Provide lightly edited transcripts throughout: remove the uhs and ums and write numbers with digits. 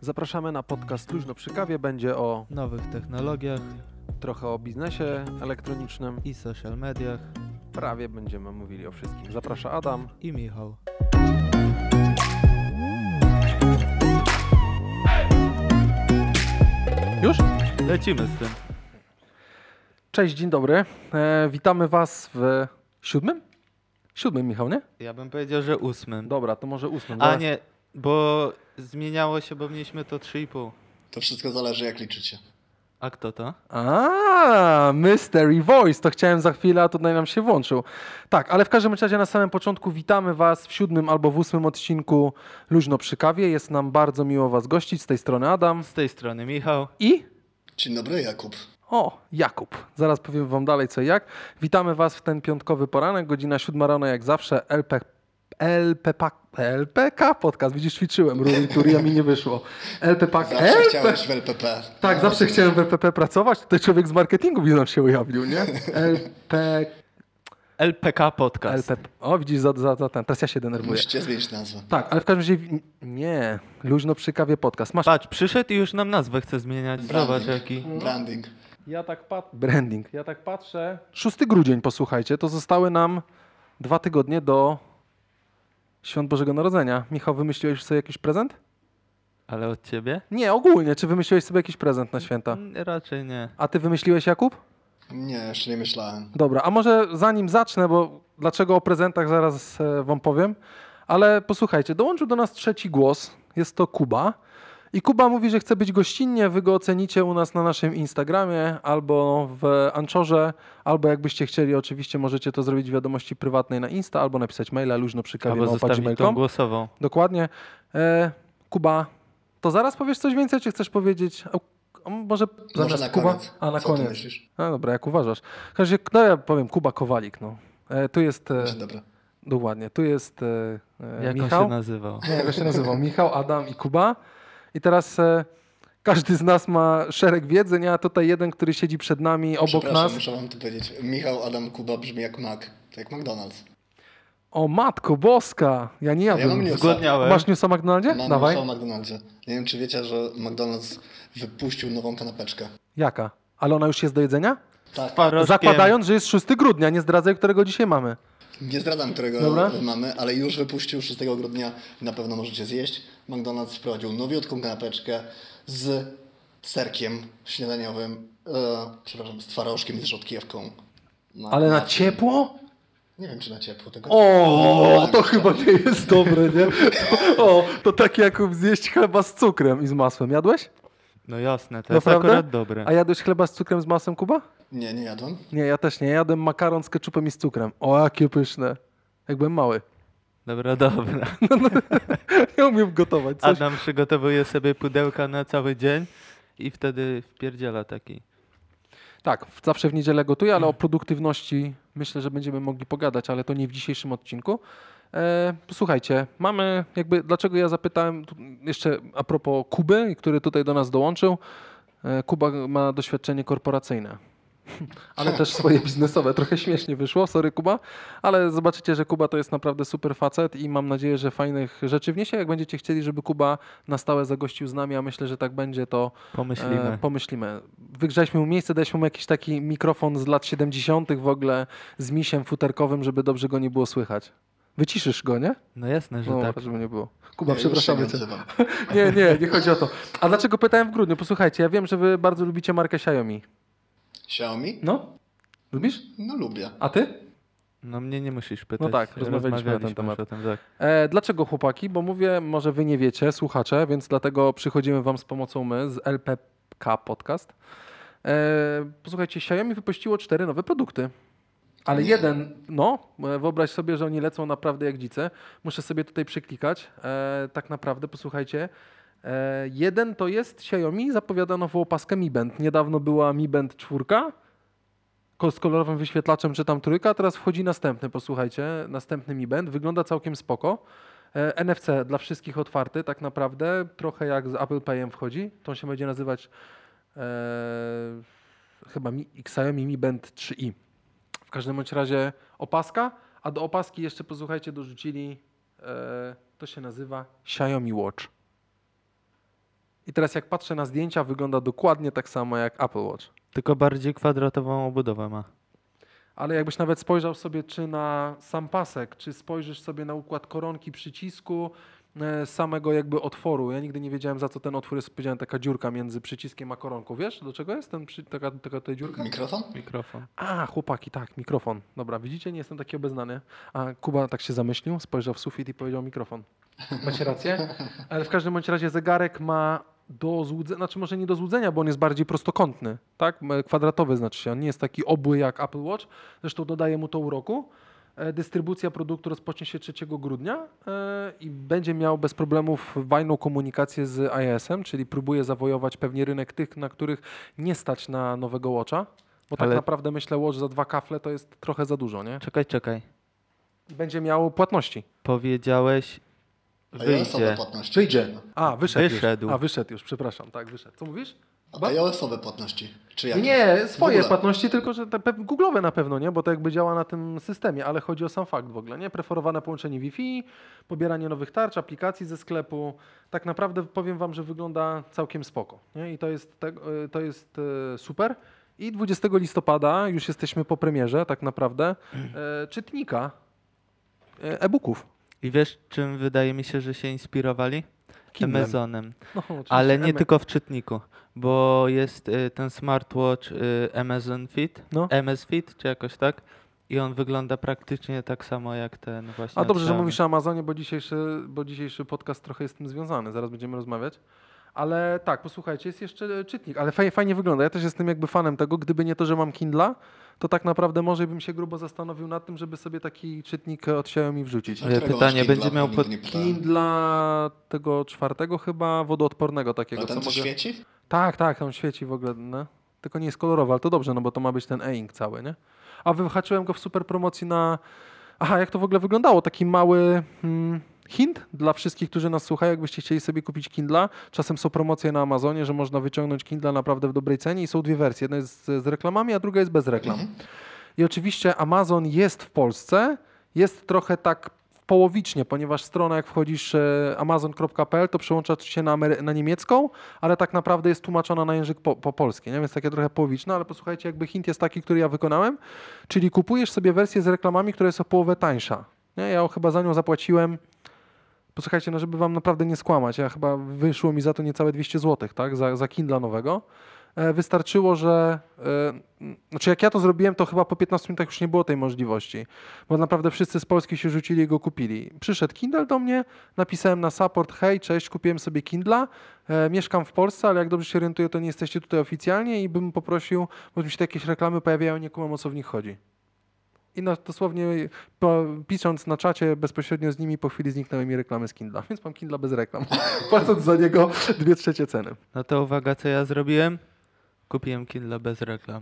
Zapraszamy na podcast Luźno przy kawie. Będzie o nowych technologiach trochę o biznesie elektronicznym. i social mediach. Prawie będziemy mówili o wszystkim. Zaprasza Adam I Michał. Już? Lecimy z tym. Cześć, dzień dobry. Witamy Was w siódmym? Siódmym, Michał, nie? Ja bym powiedział, że 8. Dobra, to może ósmym. A Zaraz- nie, bo zmieniało się, bo mieliśmy to 3,5. To wszystko zależy, jak liczycie. A kto to? Mystery Voice, to chciałem za chwilę, a tutaj nam się włączył. Tak, ale w każdym razie na samym początku witamy Was w siódmym albo w ósmym odcinku Luźno przy kawie. Jest nam bardzo miło Was gościć. Z tej strony Adam Z tej strony Michał. i... Dzień dobry, Jakub. Jakub. Zaraz powiem Wam dalej co i jak. Witamy Was w ten piątkowy poranek, godzina 7 rano jak zawsze, LPK podcast. Widzisz, ćwiczyłem, a mi nie wyszło. Zawsze chciałeś w LPP. Tak, zawsze chciałem w LPP pracować. Tutaj człowiek z marketingu nam się ujawnił, nie? LPK Podcast. Widzisz, za ten. Teraz ja się denerwuję. Musicie zmienić nazwę. Tak, ale w każdym razie nie. Luźno przy kawie podcast. Masz... Patrz, przyszedł i już nam nazwę chce zmieniać. Zobacz jaki. Branding. Branding. Ja tak patrzę. 6 grudzień, posłuchajcie. To zostały nam 2 tygodnie do Świąt Bożego Narodzenia. Michał, wymyśliłeś sobie jakiś prezent? Ale od ciebie? Nie, ogólnie. Czy wymyśliłeś sobie jakiś prezent na święta? Raczej nie. A ty wymyśliłeś, Jakub? Nie, jeszcze nie myślałem. Dobra, a może zanim zacznę, bo dlaczego o prezentach zaraz wam powiem, ale posłuchajcie, dołączył do nas trzeci głos. Jest to Kuba. I Kuba mówi, że chce być gościnnie. Wy go ocenicie u nas na naszym Instagramie albo w Anchorze, albo jakbyście chcieli, oczywiście możecie to zrobić w wiadomości prywatnej na Insta, albo napisać maila Albo zostawić tą luźnoprzykawie@gmail.com. głosową. Dokładnie. Kuba, to zaraz powiesz coś więcej, czy chcesz powiedzieć? A może zamiast na Kuba? koniec. A na Co ty koniec. myślisz? No dobra, jak uważasz. W każdym razie, no ja powiem Kuba Kowalik. No. Tu jest... Dzień dobry. Dokładnie. Tu jest Jak Michał. on się nazywał? Nie, jak się nazywał? Michał, Adam i Kuba. I teraz każdy z nas ma szereg wiedzy, nie? A tutaj jeden, który siedzi przed nami, obok Przepraszam, nas. muszę wam to powiedzieć. Michał, Adam, Kuba brzmi jak Mac. To jak McDonald's. O matko boska! Ja nie Ja mam jadłem. newsa. Zgodniałem. Masz news o McDonaldzie? Mam Dawaj. newsa o McDonaldzie. Nie wiem, czy wiecie, że McDonald's wypuścił nową kanapeczkę. Jaka? Ale ona już jest do jedzenia? Tak. Parożkiem. Zakładając, że jest 6 grudnia. Nie zdradzaj, którego dzisiaj mamy. Nie zdradzam, którego Dobra. mamy, ale już wypuścił 6 grudnia i na pewno możecie zjeść. McDonald's wprowadził nowiutką kanapeczkę z serkiem śniadaniowym, z twarożkiem i z rzodkiewką. Ale na ciepło? Nie wiem, czy na ciepło tego. O, to chyba nie jest dobre, nie? To tak jak zjeść chleba z cukrem i z masłem. Jadłeś? No jasne, to jest Naprawdę? akurat dobre. A jadłeś chleba z cukrem z masłem, Kuba? Nie, nie jadłem. Nie, ja też nie. Jadłem makaron z ketchupem i z cukrem. O, jakie pyszne. Jak byłem mały. Dobra. Ja umiem gotować. Coś. Adam przygotowuje sobie pudełka na cały dzień i wtedy wpierdziela taki. Tak, zawsze w niedzielę gotuję, ale o produktywności myślę, że będziemy mogli pogadać, ale to nie w dzisiejszym odcinku. Posłuchajcie, mamy jakby, dlaczego ja zapytałem jeszcze a propos Kuby, który tutaj do nas dołączył. Kuba ma doświadczenie korporacyjne. Ale też swoje biznesowe. Trochę śmiesznie wyszło, sorry Kuba, ale zobaczycie, że Kuba to jest naprawdę super facet i mam nadzieję, że fajnych rzeczy wniesie. Jak będziecie chcieli, żeby Kuba na stałe zagościł z nami, a myślę, że tak będzie, to pomyślimy. Wygrzaliśmy mu miejsce, daliśmy mu jakiś taki mikrofon z lat 70. w ogóle z misiem futerkowym, żeby dobrze go nie było słychać. Wyciszysz go, nie? No jasne, że No, tak. żeby nie było. Kuba, Ja już się przepraszamy nie cię. odzywam. Nie chodzi o to. A dlaczego pytałem w grudniu? Posłuchajcie, ja wiem, że wy bardzo lubicie markę Xiaomi. Xiaomi? No? Lubisz? No lubię. A ty? No mnie nie musisz pytać. No tak, rozmawialiśmy na ten temat. O tym, tak. Dlaczego chłopaki? Bo mówię, może wy nie wiecie, słuchacze, więc dlatego przychodzimy wam z pomocą my z LPK Podcast. Posłuchajcie, Xiaomi wypuściło 4 nowe produkty. Ale jeden, wyobraź sobie, że oni lecą naprawdę jak dzice. Muszę sobie tutaj przeklikać. Tak naprawdę, posłuchajcie. Jeden to jest Xiaomi, zapowiada nową opaskę Mi Band. Niedawno była Mi Band 4 z kolorowym wyświetlaczem, czy tam trójka, teraz wchodzi następny, posłuchajcie, następny Mi Band. Wygląda całkiem spoko. NFC dla wszystkich otwarty tak naprawdę, trochę jak z Apple Payem wchodzi. To on się będzie nazywać chyba Xiaomi Mi Band 3i. W każdym bądź razie opaska, a do opaski jeszcze, posłuchajcie, dorzucili, to się nazywa Xiaomi Watch. I teraz jak patrzę na zdjęcia, wygląda dokładnie tak samo jak Apple Watch. Tylko bardziej kwadratową obudowę ma. Ale jakbyś nawet spojrzał sobie czy na sam pasek, czy spojrzysz sobie na układ koronki przycisku, samego jakby otworu. Ja nigdy nie wiedziałem, za co ten otwór jest, powiedziałem, taka dziurka między przyciskiem a koronką. Wiesz, do czego jest taka tutaj dziurka? Mikrofon? Mikrofon. A, chłopaki, tak, mikrofon. Dobra, widzicie, nie jestem taki obeznany. A Kuba tak się zamyślił, spojrzał w sufit i powiedział mikrofon. Macie rację? Ale w każdym bądź razie zegarek ma do złudzenia, znaczy może nie do złudzenia, bo on jest bardziej prostokątny, tak? Kwadratowy znaczy się, on nie jest taki obły jak Apple Watch. Zresztą dodaje mu to uroku. Dystrybucja produktu rozpocznie się 3 grudnia i będzie miał bez problemów fajną komunikację z iOS-em, czyli próbuje zawojować pewnie rynek tych, na których nie stać na nowego Watcha, bo tak Ale- naprawdę myślę, Watch za 2 kafle to jest trochę za dużo, nie? Czekaj. Będzie miał płatności. Powiedziałeś iOS-owe wyjdzie. płatności. Wyjdzie. A, wyszedł. Wyszedł. Już. A, wyszedł już, przepraszam, tak, wyszedł. Co mówisz? A iOS-owe płatności? Czy jakie? Nie, W swoje ogóle? płatności, tylko że te Google'owe na pewno, nie? Bo to jakby działa na tym systemie, ale chodzi o sam fakt w ogóle, nie? Preferowane połączenie Wi-Fi, pobieranie nowych tarcz, aplikacji ze sklepu. Tak naprawdę powiem wam, że wygląda całkiem spoko, nie? I to jest super. I 20 listopada, już jesteśmy po premierze tak naprawdę, czytnika e-booków. I wiesz, czym wydaje mi się, że się inspirowali? Kindlem. Amazonem. No, oczywiście, Ale nie tylko w czytniku, bo jest ten smartwatch Amazon Fit, No. MS Fit, czy jakoś tak. I on wygląda praktycznie tak samo jak ten właśnie. A dobrze, że od Xiaomi. mówisz o Amazonie, bo dzisiejszy podcast trochę jest z tym związany. Zaraz będziemy rozmawiać. Ale tak, posłuchajcie, jest jeszcze czytnik, ale fajnie wygląda. Ja też jestem jakby fanem tego. Gdyby nie to, że mam Kindla, to tak naprawdę może bym się grubo zastanowił nad tym, żeby sobie taki czytnik od Xiaomi wrzucić. Ale Którego pytanie, masz będzie Kindla? miał Bo pod nigdy nie pytałem. Kindla tego 4 chyba, wodoodpornego takiego. Ale ten, co mogę... świeci? Tak, on świeci w ogóle, no. Tylko nie jest kolorowy, ale to dobrze, no bo to ma być ten e-ink cały, nie? A wyhaczyłem go w super promocji na... Aha, jak to w ogóle wyglądało? Taki mały hint dla wszystkich, którzy nas słuchają, jakbyście chcieli sobie kupić Kindla. Czasem są promocje na Amazonie, że można wyciągnąć Kindla naprawdę w dobrej cenie i są dwie wersje. Jedna jest z reklamami, a druga jest bez reklam. I oczywiście Amazon jest w Polsce, jest trochę tak połowicznie, ponieważ strona, jak wchodzisz amazon.pl, to przełącza się na niemiecką, ale tak naprawdę jest tłumaczona na język po polski, nie? Więc takie trochę połowiczne, ale posłuchajcie, jakby hint jest taki, który ja wykonałem, czyli kupujesz sobie wersję z reklamami, która jest o połowę tańsza. Nie? Ja chyba za nią zapłaciłem, posłuchajcie, no żeby wam naprawdę nie skłamać, ja chyba wyszło mi za to niecałe 200 zł, tak? Za Kindla nowego. Wystarczyło, że... Znaczy jak ja to zrobiłem, to chyba po 15 minutach już nie było tej możliwości, bo naprawdę wszyscy z Polski się rzucili i go kupili. Przyszedł Kindle do mnie, napisałem na support, hej, cześć, kupiłem sobie Kindla, mieszkam w Polsce, ale jak dobrze się orientuję, to nie jesteście tutaj oficjalnie i bym poprosił, bo mi się te jakieś reklamy pojawiają, nie kumam, o co w nich chodzi. I dosłownie pisząc na czacie bezpośrednio z nimi, po chwili zniknęły mi reklamy z Kindla, więc mam Kindla bez reklam, płacąc za niego 2/3 ceny. No to uwaga, co ja zrobiłem? Kupiłem Kindle bez reklam.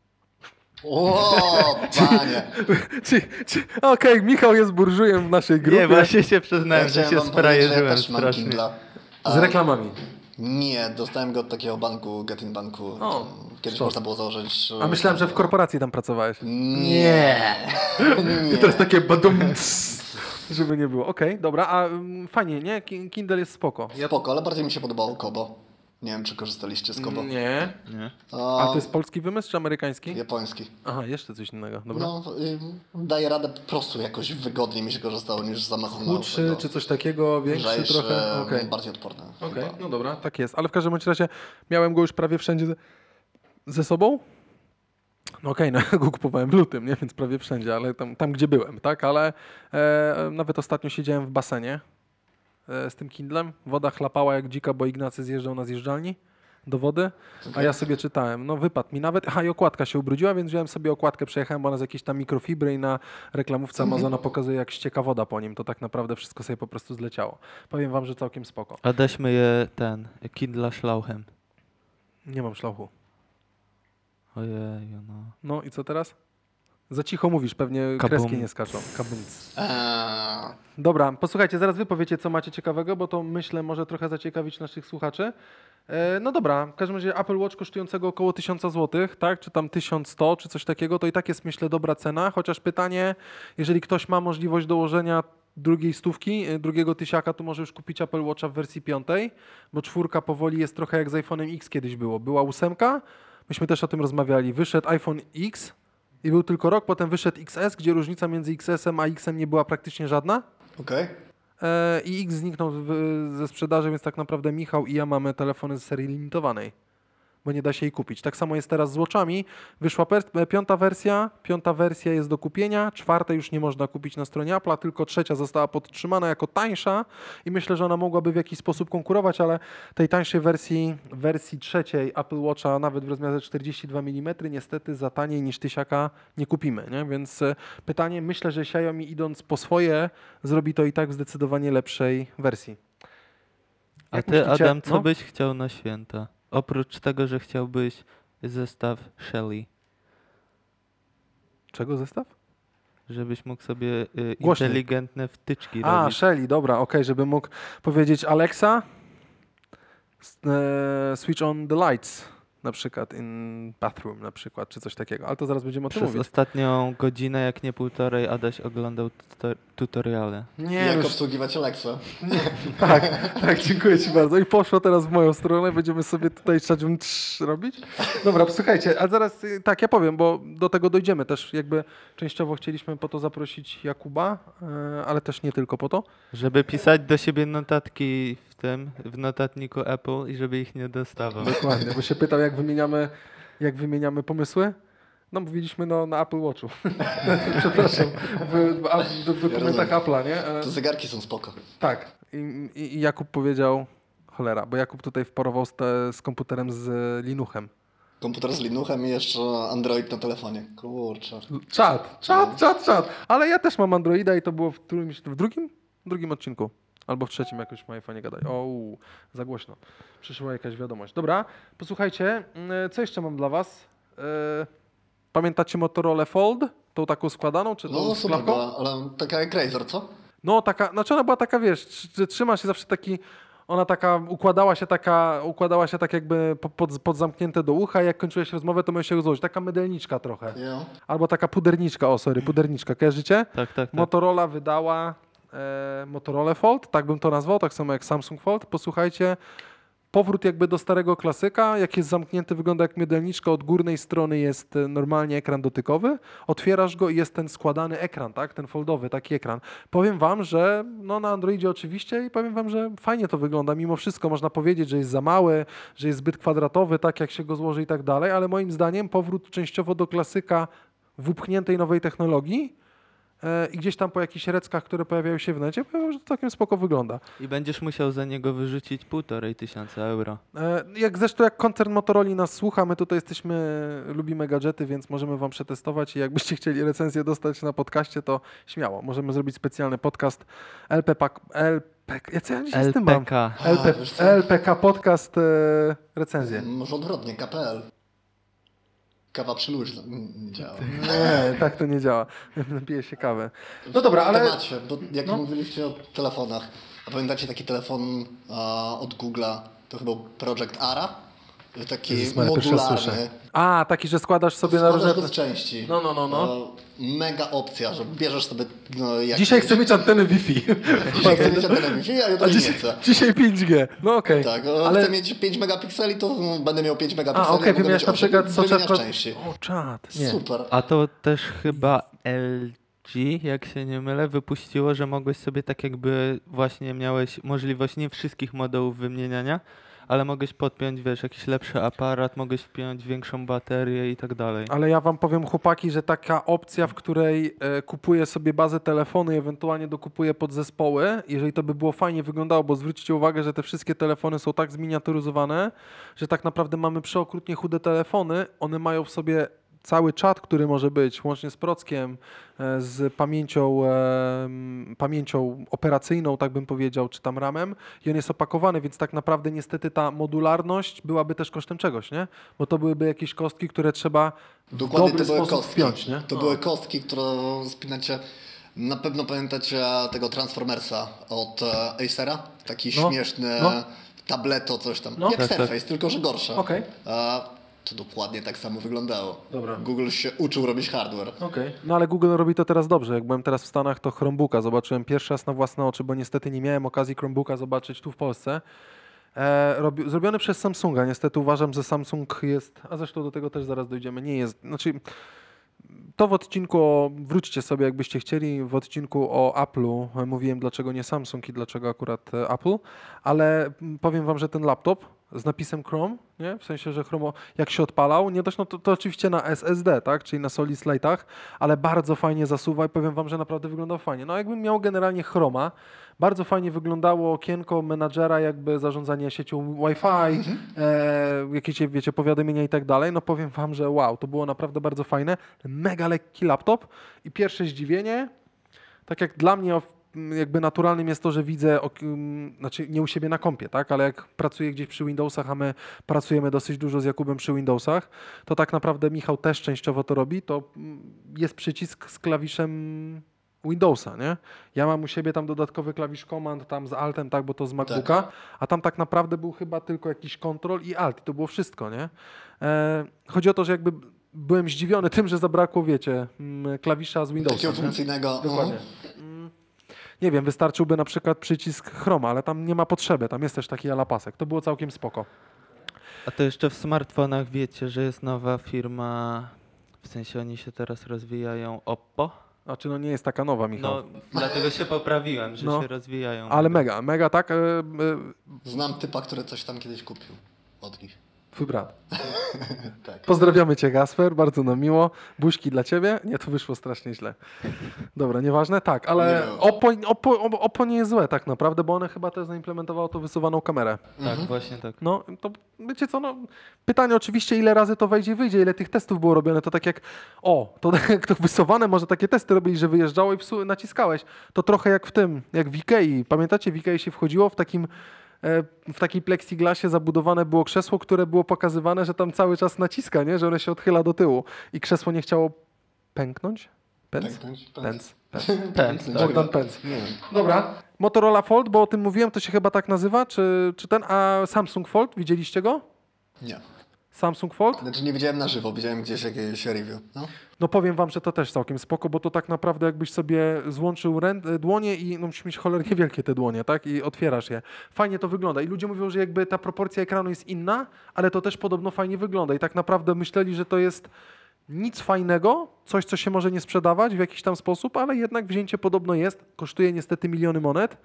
O, panie! Okej, Michał jest burżujem w naszej grupie. Nie, właśnie się przyznałem, że chciałem się wam powiedzieć, że ja sprajeżyłem też mam strasznie. Kindla. Z reklamami. Nie, dostałem go od takiego banku, Getin Banku. O, Kiedyś szok. można było założyć... A myślałem, że w korporacji tam pracowałeś. Nie. I to jest takie badum, żeby nie było. Okej, dobra, a fajnie, nie? Kindle jest spoko. Spoko, ale bardziej mi się podobało Kobo. Nie wiem, czy korzystaliście z Kobo. Nie. Nie. A to jest polski wymysł czy amerykański? Japoński. Aha, jeszcze coś innego, dobra. No, daje radę po prostu jakoś wygodniej mi się korzystało niż z Amazona. Chudszy czy coś takiego, większy Lżejszy, trochę? Okej. bardziej odporny. Okej, chyba. no dobra, tak jest. Ale w każdym bądź razie miałem go już prawie wszędzie ze sobą. No okej, no ja go kupowałem w lutym, nie? Więc prawie wszędzie, ale tam gdzie byłem, tak? Ale nawet ostatnio siedziałem w basenie z tym Kindlem. Woda chlapała jak dzika, bo Ignacy zjeżdżał na zjeżdżalni do wody, a ja sobie czytałem. No wypadł mi nawet, i okładka się ubrudziła, więc wziąłem sobie okładkę, przejechałem, bo ona z jakiejś tam mikrofibry i na reklamówce Amazona pokazuje, jak ścieka woda po nim. To tak naprawdę wszystko sobie po prostu zleciało. Powiem wam, że całkiem spoko. A daśmy je Kindle szlauchem. Nie mam szlauchu. Ojeju, no. No i co teraz? Za cicho mówisz, pewnie Kabum. kreski nie skaczą. Kabumc. Eee, Dobra, posłuchajcie, zaraz wy powiecie, co macie ciekawego, bo to myślę może trochę zaciekawić naszych słuchaczy. No dobra, w każdym razie Apple Watch kosztującego około 1000 zł, tak? Czy tam 1100, czy coś takiego, to i tak jest myślę dobra cena, chociaż pytanie, jeżeli ktoś ma możliwość dołożenia drugiej stówki, drugiego tysiaka, to może już kupić Apple Watcha w wersji 5, bo 4 powoli jest trochę jak z iPhone'em X kiedyś było. Była 8, myśmy też o tym rozmawiali, wyszedł iPhone X i był tylko rok, potem wyszedł XS, gdzie różnica między XS-em a X-em nie była praktycznie żadna. Okej. I X zniknął ze sprzedaży, więc tak naprawdę Michał i ja mamy telefony z serii limitowanej, bo nie da się jej kupić. Tak samo jest teraz z Watchami. Wyszła piąta wersja jest do kupienia, 4 już nie można kupić na stronie Apple'a, tylko 3 została podtrzymana jako tańsza i myślę, że ona mogłaby w jakiś sposób konkurować, ale tej tańszej wersji 3 Apple Watcha nawet w rozmiarze 42 mm niestety za taniej niż tysiaka nie kupimy, nie? Więc pytanie, myślę, że Xiaomi idąc po swoje zrobi to i tak w zdecydowanie lepszej wersji. A Jak ty, myślicie? Adam, co No? byś chciał na święta? Oprócz tego, że chciałbyś zestaw Shelly, Czego zestaw? żebyś mógł sobie Głośniej. inteligentne wtyczki A, robić. Shelly, dobra, okej, żeby mógł powiedzieć Alexa, switch on the lights, na przykład in bathroom, na przykład, czy coś takiego, ale to zaraz będziemy o tym Przez mówić. ostatnią godzinę, jak nie półtorej, Adaś oglądał tutoriale. Nie, Jak już, obsługiwać Alexa? tak, dziękuję Ci bardzo. I poszło teraz w moją stronę, będziemy sobie tutaj robić. Dobra, słuchajcie, a zaraz, tak, ja powiem, bo do tego dojdziemy też, jakby częściowo chcieliśmy po to zaprosić Jakuba, ale też nie tylko po to. Żeby pisać do siebie notatki w notatniku Apple i żeby ich nie dostawał. Dokładnie, bo się pytał, jak wymieniamy pomysły. No mówiliśmy na Apple Watchu. Przepraszam, w dokumentach Apple'a, nie? To zegarki są spoko. Tak. I Jakub powiedział, cholera, bo Jakub tutaj wparował z komputerem z Linuchem. Komputer z Linuchem i jeszcze Android na telefonie. Kurczę. Czat. Ale ja też mam Androida i to było w drugim odcinku. Albo w trzecim jakoś w iPhone'ie gadać. Za głośno. Przyszła jakaś wiadomość. Dobra, posłuchajcie, co jeszcze mam dla was? Pamiętacie Motorola Fold? Tą taką składaną, czy tą No z super klapką? była, ale taka jak Razer, co? No taka, znaczy ona była taka, wiesz, że trzyma się zawsze taki, ona taka, układała się tak jakby pod zamknięte do ucha i jak kończyłeś rozmowę, to musiał się złożyć. Taka mydelniczka trochę. Jo. Albo taka puderniczka, puderniczka, kojarzycie? Tak. Motorola wydała Motorola Fold, tak bym to nazwał, tak samo jak Samsung Fold. Posłuchajcie, powrót jakby do starego klasyka, jak jest zamknięty, wygląda jak mydelniczka, od górnej strony jest normalnie ekran dotykowy, otwierasz go i jest ten składany ekran, tak, ten foldowy, taki ekran. Powiem wam, że no na Androidzie oczywiście i powiem wam, że fajnie to wygląda, mimo wszystko można powiedzieć, że jest za mały, że jest zbyt kwadratowy, tak jak się go złoży i tak dalej, ale moim zdaniem powrót częściowo do klasyka w upchniętej nowej technologii i gdzieś tam po jakichś reckach, które pojawiają się w necie, powiem, że to całkiem spoko wygląda. I będziesz musiał za niego wyrzucić 1500 euro. Jak koncern Motorola nas słucha, my tutaj lubimy gadżety, więc możemy wam przetestować i jakbyście chcieli recenzję dostać na podcaście, to śmiało. Możemy zrobić specjalny podcast co ja dzisiaj z tym mam? LPK. wiesz co? LPK podcast recenzję. Może odwrotnie, KPL. Kawa przyluźna. Nie działa. Nie, tak to nie działa. Napiję się kawę. No dobra, ale... Temacie, bo jak No. mówiliście o telefonach, a pamiętacie taki telefon od Google'a, to chyba był Project Ara? Taki Jezus Maria, pierwszy raz słyszę. modularny. Taki, że składasz sobie na Składasz różne... go z części. No. Mega opcja, że bierzesz sobie... jakieś- Dzisiaj chcę mieć antenę Wi-Fi. Dzisiaj chcę mieć antenę Wi-Fi, a jutro nie chcę. Dzisiaj 5G. No okej. Tak, ale... chcę mieć 5 megapikseli, to będę miał 5 megapikseli. Okej, mogę wymieniasz mieć na 8. przykład Wymieniasz soczewkę... części. O, czad. Nie. Super. A to też chyba LG, jak się nie mylę, wypuściło, że mogłeś sobie tak jakby właśnie miałeś możliwość nie wszystkich modułów wymieniania, ale mogłeś podpiąć, wiesz, jakiś lepszy aparat, mogłeś wpiąć większą baterię i tak dalej. Ale ja wam powiem, chłopaki, że taka opcja, w której kupuję sobie bazę telefonu i ewentualnie dokupuję podzespoły, jeżeli to by było fajnie wyglądało, bo zwróćcie uwagę, że te wszystkie telefony są tak zminiaturyzowane, że tak naprawdę mamy przeokrutnie chude telefony, one mają w sobie cały czat, który może być, łącznie z prockiem, z pamięcią operacyjną, tak bym powiedział, czy tam RAM-em i on jest opakowany, więc tak naprawdę niestety ta modularność byłaby też kosztem czegoś, nie? Bo to byłyby jakieś kostki, które trzeba w Dokładnie, dobry to były sposób kostki. wpiąć, nie? To były kostki, które spinacie. Na pewno pamiętacie tego Transformersa od Acera? Taki No, śmieszny no. tableto, coś tam. No. Jak Tak, Surface, tylko że gorsze. Okej. to dokładnie tak samo wyglądało. Dobra. Google się uczył robić hardware. Okej. No ale Google robi to teraz dobrze. Jak byłem teraz w Stanach, to Chromebooka zobaczyłem pierwszy raz na własne oczy, bo niestety nie miałem okazji Chromebooka zobaczyć tu w Polsce. Zrobiony przez Samsunga. Niestety uważam, że Samsung jest, a zresztą do tego też zaraz dojdziemy, nie jest, znaczy to w odcinku, wróćcie sobie jakbyście chcieli, w odcinku o Apple'u mówiłem dlaczego nie Samsung i dlaczego akurat Apple, ale powiem wam, że ten laptop z napisem Chrome, nie? W sensie, że Chrome jak się odpalał, nie dość, no to oczywiście na SSD, tak? Czyli na solid slate'ach, ale bardzo fajnie zasuwa i powiem wam, że naprawdę wyglądał fajnie. No jakbym miał generalnie Chroma, bardzo fajnie wyglądało okienko menadżera, jakby zarządzanie siecią Wi-Fi, jakieś, wiecie, powiadomienia i tak dalej. No powiem wam, że wow, to było naprawdę bardzo fajne. Mega lekki laptop i pierwsze zdziwienie, tak jak dla mnie jakby naturalnym jest to, że widzę, znaczy nie u siebie na kompie, tak, ale jak pracuję gdzieś przy Windowsach, a my pracujemy dosyć dużo z Jakubem przy Windowsach, to tak naprawdę Michał też częściowo to robi, to jest przycisk z klawiszem Windowsa, nie? Ja mam u siebie tam dodatkowy klawisz Command, tam z Altem, tak, bo to z MacBooka, a tam tak naprawdę był chyba tylko jakiś Control i Alt i to było wszystko, nie? Chodzi o to, że jakby byłem zdziwiony tym, że zabrakło, wiecie, klawisza z Windowsa. Takiego nie? funkcyjnego. Dokładnie. Nie wiem, wystarczyłby na przykład przycisk Chroma, ale tam nie ma potrzeby, tam jest też taki alapasek. To było całkiem spoko. A to jeszcze w smartfonach wiecie, że jest nowa firma, w sensie oni się teraz rozwijają, Oppo? Znaczy no nie jest taka nowa, Michał. No, dlatego się poprawiłem, że No, się rozwijają. ale mega, tak. Znam typa, który coś tam kiedyś kupił od nich. Twój brat. Tak. Pozdrawiamy cię, Gasper, bardzo nam miło. Buźki dla ciebie. Nie, to wyszło strasznie źle. Dobra, nieważne, tak, ale Nie. Oppo nie jest złe tak naprawdę, bo one chyba też zaimplementowało tą wysuwaną kamerę. Tak, właśnie tak. No, to wiecie co, no, pytanie oczywiście, ile razy to wejdzie i wyjdzie, ile tych testów było robione, to tak jak, to tak jak to wysuwane, może takie testy robili, że wyjeżdżało i naciskałeś, to trochę jak w tym, jak w Ikei, pamiętacie, w Ikei się wchodziło w takiej plexiglasie zabudowane było krzesło, które było pokazywane, że tam cały czas naciska, nie? Że ono się odchyla do tyłu i krzesło nie chciało pęknąć? Pęc? Pęc, tak. Bogdan Pęc. Nie wiem. Dobra, Motorola Fold, bo o tym mówiłem, to się chyba tak nazywa, czy ten, a Samsung Fold, widzieliście go? Nie. Samsung Fold? Znaczy nie widziałem na żywo, widziałem gdzieś jakieś review. No. No powiem wam, że to też całkiem spoko, bo to tak naprawdę jakbyś sobie złączył dłonie i no musisz mieć cholernie wielkie te dłonie, tak? I otwierasz je. Fajnie to wygląda i ludzie mówią, że jakby ta proporcja ekranu jest inna, ale to też podobno fajnie wygląda i tak naprawdę myśleli, że to jest nic fajnego, coś co się może nie sprzedawać w jakiś tam sposób, ale jednak wzięcie podobno jest, kosztuje niestety miliony monet,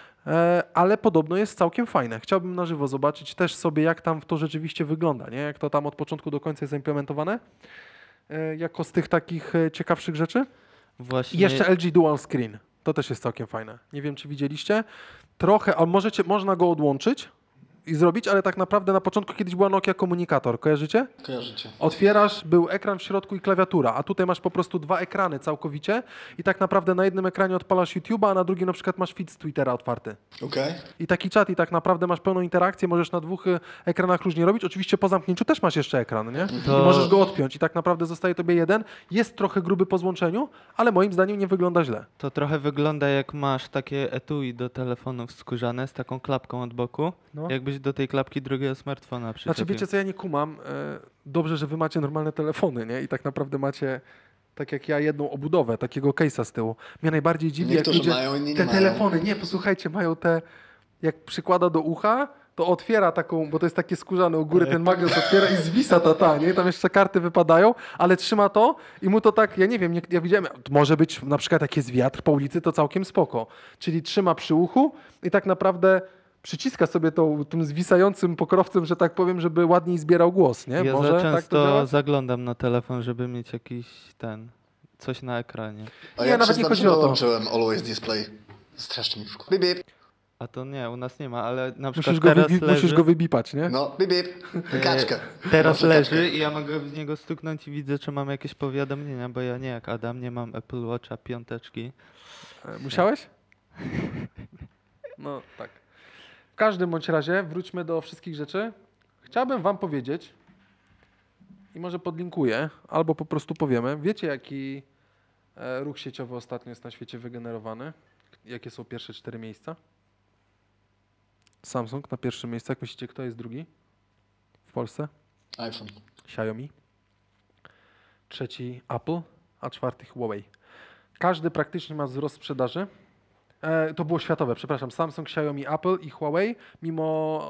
ale podobno jest całkiem fajne. Chciałbym na żywo zobaczyć też sobie, jak tam to rzeczywiście wygląda, nie? Jak to tam od początku do końca jest zaimplementowane. Jako z tych takich ciekawszych rzeczy. Właśnie I jeszcze LG Dual Screen. To też jest całkiem fajne. Nie wiem, czy widzieliście. Trochę, ale można go odłączyć i zrobić, ale tak naprawdę na początku kiedyś była Nokia Komunikator. Kojarzycie? Kojarzycie. Otwierasz, był ekran w środku i klawiatura, a tutaj masz po prostu dwa ekrany całkowicie i tak naprawdę na jednym ekranie odpalasz YouTube'a, a na drugim na przykład masz feed z Twittera otwarty. Okej. I taki czat i tak naprawdę masz pełną interakcję, możesz na dwóch ekranach różnie robić. Oczywiście po zamknięciu też masz jeszcze ekran, nie? To- I możesz go odpiąć i tak naprawdę zostaje tobie jeden. Jest trochę gruby po złączeniu, ale moim zdaniem nie wygląda źle. To trochę wygląda jak masz takie etui do telefonów skórzane z taką klapką od boku, No. jakbyś do tej klapki drugiego smartfona przyczepił. Znaczy wiecie co, ja nie kumam. Dobrze, że wy macie normalne telefony, nie? I tak naprawdę macie, tak jak ja, jedną obudowę, takiego case'a z tyłu. Mnie najbardziej dziwi, jak Niektórzy ludzie mają, inni nie te mają. telefony, nie, posłuchajcie, mają te, jak przykłada do ucha, to otwiera taką, bo to jest takie skórzane u góry, ten magnes otwiera i zwisa nie? Tam jeszcze karty wypadają, ale trzyma to i mu to tak, ja nie wiem, ja widziałem, może być na przykład jak jest wiatr po ulicy, to całkiem spoko. Czyli trzyma przy uchu i tak naprawdę przyciska sobie tym zwisającym pokrowcem, że tak powiem, żeby ładniej zbierał głos, nie? Ja Może za tak to często działa? zaglądam na telefon, żeby mieć jakiś coś na ekranie. A Nie, ja nawet nie przyznam, chodzi że o to. wyłączyłem Always Display. Strasznie mi wkurzyło. Bip, bip. A to nie, u nas nie ma, ale na przykład Musisz go wybipać, nie? No, bip, bip. Kaczkę. Teraz Proszę, leży kaczkę. i ja mogę w niego stuknąć i widzę, czy mam jakieś powiadomienia, bo ja nie jak Adam, nie mam Apple Watcha 5. Musiałeś? No tak. W każdym bądź razie wróćmy do wszystkich rzeczy. Chciałbym wam powiedzieć i może podlinkuję, albo po prostu powiemy. Wiecie, jaki ruch sieciowy ostatnio jest na świecie wygenerowany? Jakie są pierwsze 4 miejsca? Samsung na pierwszym miejscu. Jak myślicie, kto jest drugi w Polsce? iPhone. Xiaomi, trzeci Apple, a czwarty Huawei. Każdy praktycznie ma wzrost sprzedaży. To było światowe, przepraszam. Samsung, Xiaomi, Apple i Huawei, mimo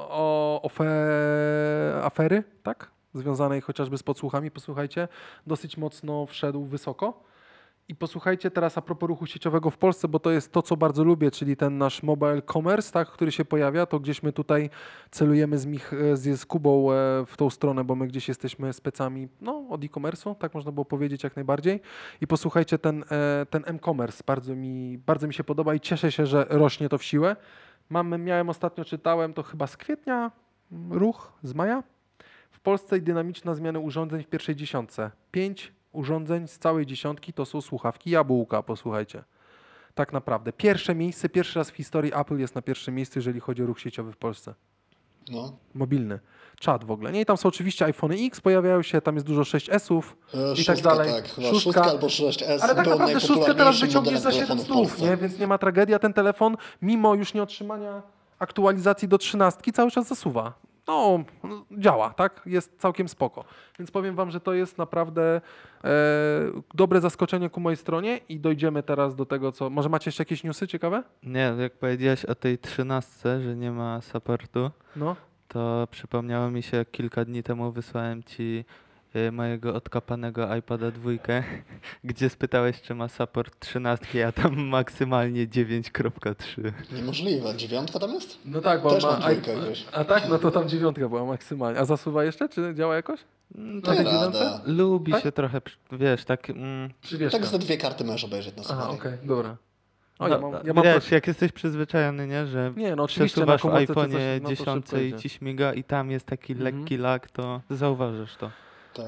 afery, tak? Związanej chociażby z podsłuchami, posłuchajcie, dosyć mocno wszedł wysoko. I posłuchajcie teraz a propos ruchu sieciowego w Polsce, bo to jest to, co bardzo lubię, czyli ten nasz mobile commerce, tak, który się pojawia, to gdzieś my tutaj celujemy z Kubą w tą stronę, bo my gdzieś jesteśmy specami od e-commerce'u, tak można było powiedzieć jak najbardziej. I posłuchajcie, ten m-commerce bardzo mi się podoba i cieszę się, że rośnie to w siłę. Miałem ostatnio, czytałem, to chyba z kwietnia, ruch z maja. W Polsce dynamiczna zmiana urządzeń w pierwszej dziesiątce. 5 urządzeń z całej dziesiątki to są słuchawki Jabłka, posłuchajcie. Tak naprawdę. Pierwsze miejsce, pierwszy raz w historii Apple jest na pierwszym miejscu, jeżeli chodzi o ruch sieciowy w Polsce. No. Mobilny. Czat w ogóle. Nie, i tam są oczywiście iPhone X, pojawiają się, tam jest dużo 6S-ów i tak dalej. Tak, chyba szóstka albo 6S. Ale tak był naprawdę szóstkę teraz najpopularniejszym wyciągniesz za modelem 7 telefonu w stów, Polsce. nie? Więc nie ma tragedii, a ten telefon, mimo już nieotrzymania aktualizacji do 13, cały czas zasuwa. Działa, tak? Jest całkiem spoko. Więc powiem wam, że to jest naprawdę dobre zaskoczenie ku mojej stronie i dojdziemy teraz do tego, co... Może macie jeszcze jakieś newsy ciekawe? Nie, jak powiedziałeś o tej 13, że nie ma supportu, No. to przypomniało mi się, jak kilka dni temu wysłałem ci mojego odkapanego iPada 2, gdzie spytałeś, czy ma support 13, a tam maksymalnie 9.3. Niemożliwe. 9 tam jest? No tak, bo Też ma... mam dwójkę gdzieś. A tak? No to tam 9 była maksymalnie. A zasuwa jeszcze? Czy działa jakoś? Nie tej rada. dziewiątce? Lubi Tak? się trochę, wiesz, tak... Przywieszka. Tak ze 2 karty możesz obejrzeć na Aha, Safari. okej, dobra. O, no, ja mam wiesz, jak jesteś przyzwyczajony, nie, że Nie, no oczywiście na przesuwasz w komórce to iPhone'ie coś- no to szybko 10 i idzie. ci śmiga i tam jest taki lekki lag, to zauważysz to. Tak.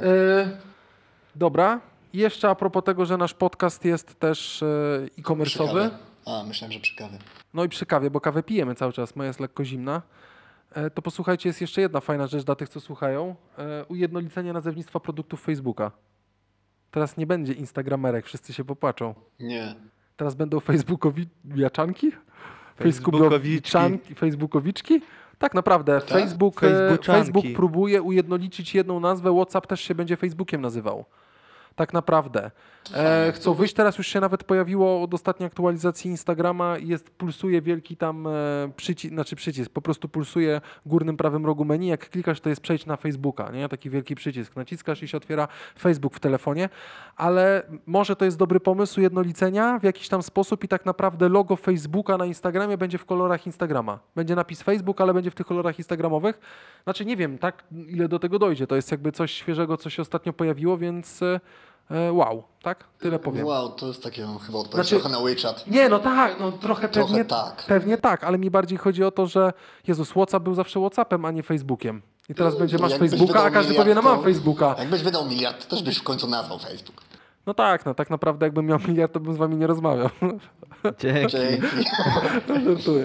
Dobra. I jeszcze a propos tego, że nasz podcast jest też Przy e-commerce'owy. kawie. A, myślałem, że przy kawie. No i przy kawie, bo kawę pijemy cały czas, moja jest lekko zimna. To posłuchajcie, jest jeszcze jedna fajna rzecz dla tych, co słuchają. Ujednolicenie nazewnictwa produktów Facebooka. Teraz nie będzie instagramerek, wszyscy się popłaczą. Nie. Teraz będą facebookowiaczanki? Facebookowiczki. Facebookowiczki? Tak, naprawdę. Tak? Facebooczanki. Facebook próbuje ujednolicić jedną nazwę, WhatsApp też się będzie Facebookiem nazywał. Tak naprawdę. Chcą wyjść, teraz już się nawet pojawiło od ostatniej aktualizacji Instagrama i pulsuje wielki tam przycisk, po prostu pulsuje w górnym prawym rogu menu, jak klikasz to jest przejść na Facebooka, nie? Taki wielki przycisk, naciskasz i się otwiera Facebook w telefonie, ale może to jest dobry pomysł ujednolicenia w jakiś tam sposób i tak naprawdę logo Facebooka na Instagramie będzie w kolorach Instagrama. Będzie napis Facebook, ale będzie w tych kolorach instagramowych. Znaczy nie wiem, tak ile do tego dojdzie, to jest jakby coś świeżego, co się ostatnio pojawiło, więc wow, tak? Tyle powiem. Wow, to jest takie chyba odpowiedź Znaczy- trochę na WeChat. Nie, no tak, no trochę pewnie tak. Pewnie tak, ale mi bardziej chodzi o to, że Jezus, WhatsApp był zawsze WhatsAppem, a nie Facebookiem. I teraz będzie masz Jakbyś Facebooka, wydał a każdy miliard, powie, no mam to- Facebooka. Jakbyś wydał miliard, to też byś w końcu nazwał Facebook. No tak, no tak naprawdę jakbym miał miliard, to bym z wami nie rozmawiał. Dzięki. Dzięki. Żartuję.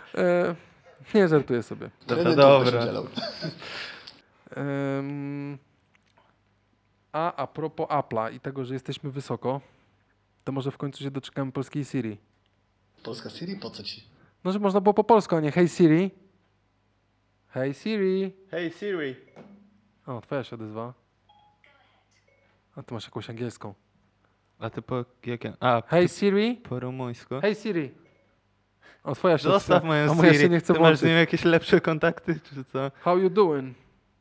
Nie żartuję sobie. Kredytów dobra. byś udzielał. A propos Apple'a i tego, że jesteśmy wysoko, to może w końcu się doczekamy polskiej Siri. Polska Siri? Po co ci? No, że można było po polsku, a nie Hey Siri. Hey Siri. Hey Siri. O, twoja się odezwała. A ty masz jakąś angielską. A ty po jakie? A, Hey Siri. po rumuńsku. Hey Siri. O, twoja się Zostaw chce, moją a moja Siri. się nie chce Ty masz z włączyć. nim jakieś lepsze kontakty, czy co? How you doing?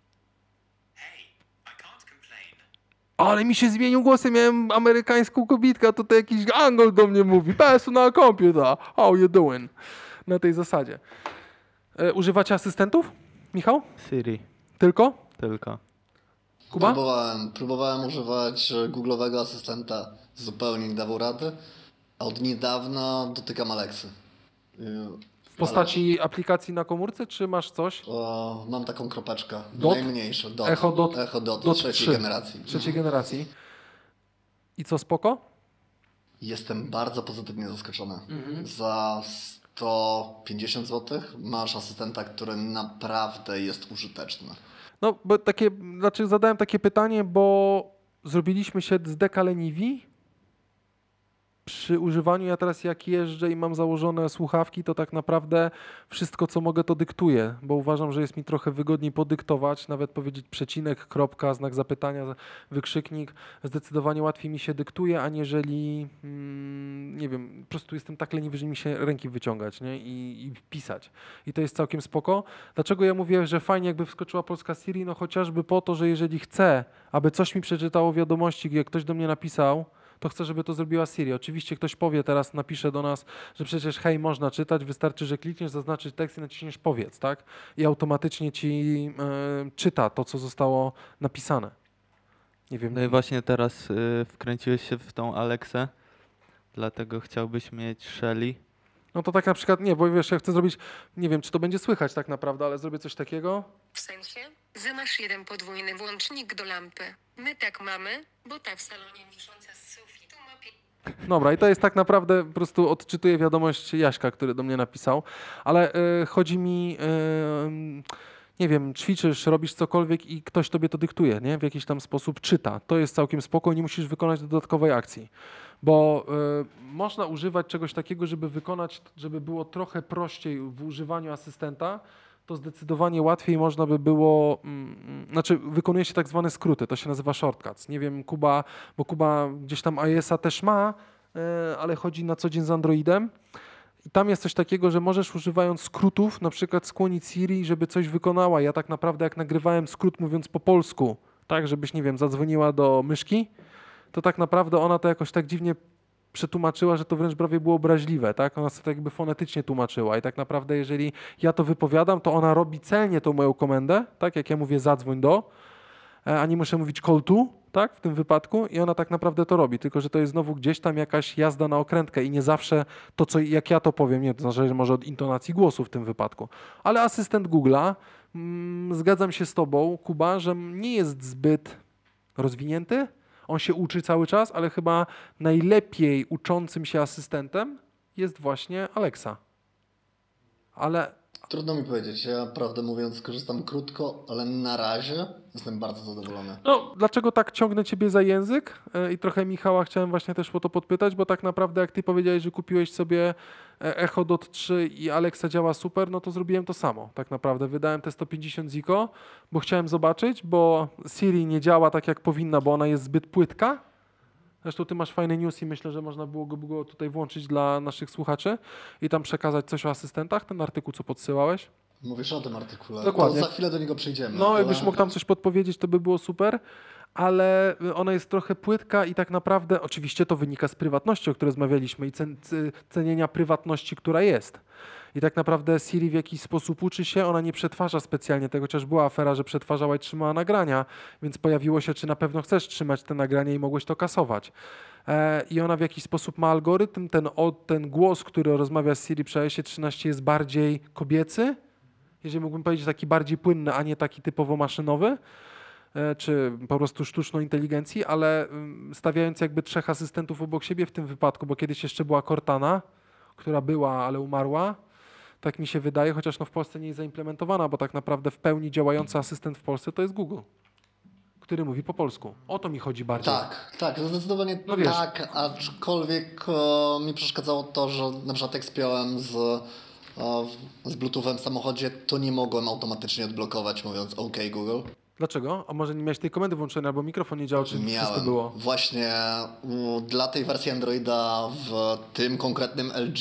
Ale mi się zmienił głos, ja miałem amerykańską kobitkę, a tutaj jakiś Angol do mnie mówi. Personal computer, how you doing? Na tej zasadzie. Używacie asystentów, Michał? Siri. Tylko? Tylko. Kuba? Próbowałem używać Google'owego asystenta, zupełnie nie dawał rady, a od niedawna dotykam Alexy. W postaci aplikacji na komórce, czy masz coś? Mam taką kropeczkę, Dot? najmniejszą. Dot. Echo Dot. Echo Dot, Dot trzeciej 3. generacji. Trzeciej generacji. I co, spoko? Jestem bardzo pozytywnie zaskoczony. Mhm. Za 150 zł masz asystenta, który naprawdę jest użyteczny. No, bo zadałem takie pytanie, bo zrobiliśmy się z deka leniwi przy używaniu, ja teraz jak jeżdżę i mam założone słuchawki, to tak naprawdę wszystko, co mogę, to dyktuję, bo uważam, że jest mi trochę wygodniej podyktować, nawet powiedzieć przecinek, kropka, znak zapytania, wykrzyknik. Zdecydowanie łatwiej mi się dyktuje, aniżeli, nie wiem, po prostu jestem tak leniwy, że mi się ręki wyciągać, nie? I pisać. I to jest całkiem spoko. Dlaczego ja mówię, że fajnie jakby wskoczyła polska Siri? No chociażby po to, że jeżeli chcę, aby coś mi przeczytało wiadomości, jak ktoś do mnie napisał, to chcę, żeby to zrobiła Siri. Oczywiście ktoś powie teraz, napisze do nas, że przecież hej, można czytać, wystarczy, że klikniesz, zaznaczysz tekst i naciśniesz powiedz, tak? I automatycznie ci czyta to, co zostało napisane. Nie wiem. No i właśnie teraz wkręciłeś się w tą Alexę, dlatego chciałbyś mieć Shelly. No to tak na przykład, nie, bo wiesz, ja chcę zrobić, nie wiem, czy to będzie słychać tak naprawdę, ale zrobię coś takiego. W sensie, że masz jeden podwójny włącznik do lampy. My tak mamy, bo ta w salonie wisząca z sufitu ma Dobra, i to jest tak naprawdę, po prostu odczytuję wiadomość Jaśka, który do mnie napisał, ale chodzi mi, nie wiem, ćwiczysz, robisz cokolwiek i ktoś tobie to dyktuje, nie? W jakiś tam sposób czyta. To jest całkiem spoko, nie musisz wykonać dodatkowej akcji, bo można używać czegoś takiego, żeby wykonać, żeby było trochę prościej w używaniu asystenta, to zdecydowanie łatwiej można by było, znaczy wykonuje się tak zwane skróty, to się nazywa shortcuts. Nie wiem, Kuba, bo Kuba gdzieś tam iOS-a też ma, ale chodzi na co dzień z Androidem. I tam jest coś takiego, że możesz używając skrótów na przykład skłonić Siri, żeby coś wykonała. Ja tak naprawdę jak nagrywałem skrót mówiąc po polsku, tak, żebyś, nie wiem, zadzwoniła do myszki, to tak naprawdę ona to jakoś tak dziwnie przetłumaczyła, że to wręcz prawie było obraźliwe, tak? Ona sobie tak jakby fonetycznie tłumaczyła i tak naprawdę jeżeli ja to wypowiadam, to ona robi celnie tą moją komendę, tak? Jak ja mówię zadzwoń do, a nie muszę mówić call to, tak? W tym wypadku i ona tak naprawdę to robi, tylko że to jest znowu gdzieś tam jakaś jazda na okrętkę i nie zawsze to, co jak ja to powiem, nie, to zależy może od intonacji głosu w tym wypadku, ale asystent Google'a, zgadzam się z tobą, Kuba, że nie jest zbyt rozwinięty. On się uczy cały czas, ale chyba najlepiej uczącym się asystentem jest właśnie Alexa. Ale Trudno mi powiedzieć. Ja prawdę mówiąc korzystam krótko, ale na razie jestem bardzo zadowolony. no, dlaczego tak ciągnę ciebie za język? I trochę Michała chciałem właśnie też o to podpytać, bo tak naprawdę jak ty powiedziałeś, że kupiłeś sobie Echo Dot 3 i Alexa działa super, no to zrobiłem to samo. Tak naprawdę wydałem te 150 ziko, bo chciałem zobaczyć, bo Siri nie działa tak jak powinna, bo ona jest zbyt płytka. Zresztą ty masz fajny news i myślę, że można było go tutaj włączyć dla naszych słuchaczy i tam przekazać coś o asystentach, ten artykuł, co podsyłałeś. Mówisz o tym artykule. Dokładnie. To za chwilę do niego przejdziemy. No, ale- jakbyś mógł tam coś podpowiedzieć, to by było super, ale ona jest trochę płytka i tak naprawdę, oczywiście to wynika z prywatności, o której rozmawialiśmy i cenienia prywatności, która jest. I tak naprawdę Siri w jakiś sposób uczy się, ona nie przetwarza specjalnie tego, chociaż była afera, że przetwarzała i trzymała nagrania, więc pojawiło się, czy na pewno chcesz trzymać te nagrania i mogłeś to kasować. I ona w jakiś sposób ma algorytm, ten głos, który rozmawia z Siri przy iOSie 13 jest bardziej kobiecy, jeżeli mógłbym powiedzieć taki bardziej płynny, a nie taki typowo maszynowy, czy po prostu sztuczną inteligencji, ale stawiając jakby trzech asystentów obok siebie w tym wypadku, bo kiedyś jeszcze była Cortana, która była, ale umarła, tak mi się wydaje, chociaż no w Polsce nie jest zaimplementowana, bo tak naprawdę w pełni działający asystent w Polsce to jest Google, który mówi po polsku. O to mi chodzi bardziej. Tak, zdecydowanie No wiesz. tak, aczkolwiek mi przeszkadzało to, że na przykład jak spiąłem z Bluetoothem w samochodzie, to nie mogłem automatycznie odblokować mówiąc OK Google. Dlaczego? A może nie miałeś tej komendy włączonej, albo mikrofon nie działał, czy wszystko Miałem. było? Właśnie dla tej wersji Androida w tym konkretnym LG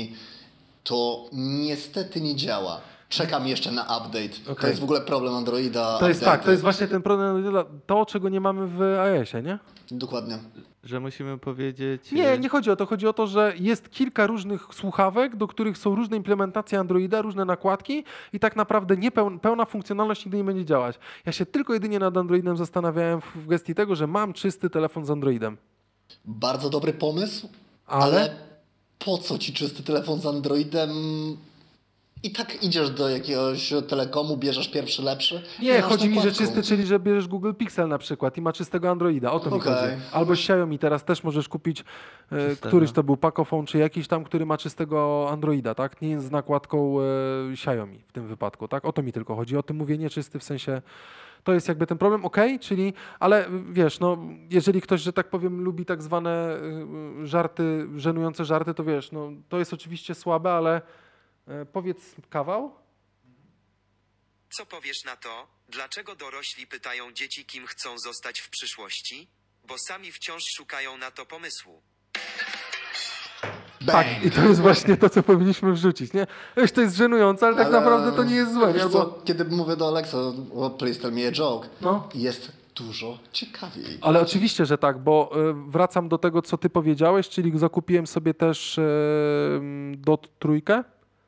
to niestety nie działa. Czekam jeszcze na update. To Okej. jest w ogóle problem Androida. To jest tak, update'y. to jest właśnie ten problem, to czego nie mamy w iOSie, nie? Dokładnie. Że musimy powiedzieć... Nie chodzi o to. Chodzi o to, że jest kilka różnych słuchawek, do których są różne implementacje Androida, różne nakładki i tak naprawdę pełna funkcjonalność nigdy nie będzie działać. Ja się tylko jedynie nad Androidem zastanawiałem w gestii tego, że mam czysty telefon z Androidem. Bardzo dobry pomysł, Ale? ale po co ci czysty telefon z Androidem? I tak idziesz do jakiegoś telekomu, bierzesz pierwszy lepszy. i Nie, masz chodzi mi, że nakładką. czysty, czyli że bierzesz Google Pixel na przykład i ma czystego Androida, o to mi Okej. chodzi. Albo Xiaomi, teraz też możesz kupić, Czystego. któryś to był Pocophone, czy jakiś tam, który ma czystego Androida, tak? Nie jest z nakładką Xiaomi w tym wypadku, tak? O to mi tylko chodzi, o tym mówię nieczysty w sensie To jest jakby ten problem, okej, czyli, ale wiesz, no, jeżeli ktoś, że tak powiem, lubi tak zwane żarty, żenujące żarty, to wiesz, no, to jest oczywiście słabe, ale powiedz kawał. Co powiesz na to, dlaczego dorośli pytają dzieci, kim chcą zostać w przyszłości? Bo sami wciąż szukają na to pomysłu. Tak, i to jest właśnie to, co powinniśmy wrzucić, nie? Wiesz, to jest żenujące, ale tak Ale naprawdę to nie jest złe, wiesz nie? co, Bo, kiedy mówię do Alexa, please tell me a joke, no. jest dużo ciekawiej. Ale oczywiście, że tak, bo wracam do tego, co ty powiedziałeś, czyli zakupiłem sobie też DOT trójkę.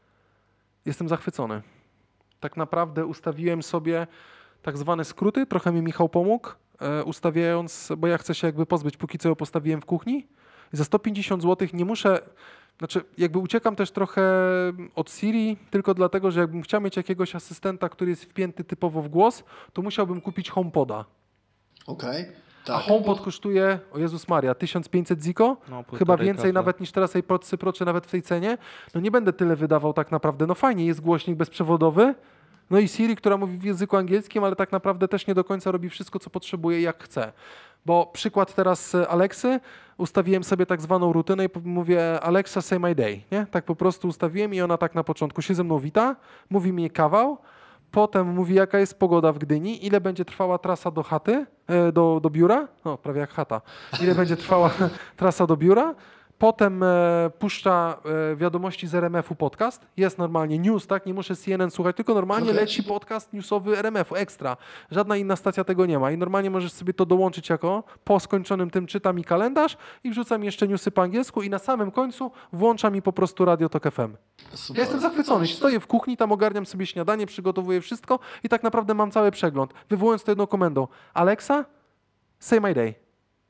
Jestem zachwycony. Tak naprawdę ustawiłem sobie tak zwane skróty, trochę mi Michał pomógł, ustawiając, bo ja chcę się jakby pozbyć, póki co ją postawiłem w kuchni. Za 150 zł nie muszę, znaczy jakby uciekam też trochę od Siri, tylko dlatego, że jakbym chciał mieć jakiegoś asystenta, który jest wpięty typowo w głos, to musiałbym kupić HomePoda. Okej, A tak. HomePod kosztuje, o Jezus Maria, 1500 ziko? No, Chyba półtorej więcej kafla. nawet niż teraz AirPodsy Pro, czy nawet w tej cenie. No nie będę tyle wydawał tak naprawdę. No fajnie, jest głośnik bezprzewodowy, no i Siri, która mówi w języku angielskim, ale tak naprawdę też nie do końca robi wszystko, co potrzebuje i jak chce. Bo przykład teraz Alexy, ustawiłem sobie tak zwaną rutynę i mówię Alexa say my day, nie? Tak po prostu ustawiłem i ona tak na początku się ze mną wita, mówi mi kawał, potem mówi jaka jest pogoda w Gdyni, ile będzie trwała trasa do chaty, do biura, no prawie jak chata, ile będzie trwała trasa do biura, potem puszcza wiadomości z RMF-u podcast, jest normalnie news, tak, nie muszę CNN słuchać, tylko normalnie Okej. leci podcast newsowy RMF-u, ekstra. Żadna inna stacja tego nie ma i normalnie możesz sobie to dołączyć jako po skończonym tym czyta mi kalendarz i wrzuca mi jeszcze newsy po angielsku i na samym końcu włącza mi po prostu Radio Tok FM. Super. Ja jestem zachwycony. Stoję w kuchni, tam ogarniam sobie śniadanie, przygotowuję wszystko i tak naprawdę mam cały przegląd. Wywołując to jedną komendą. Alexa, say my day.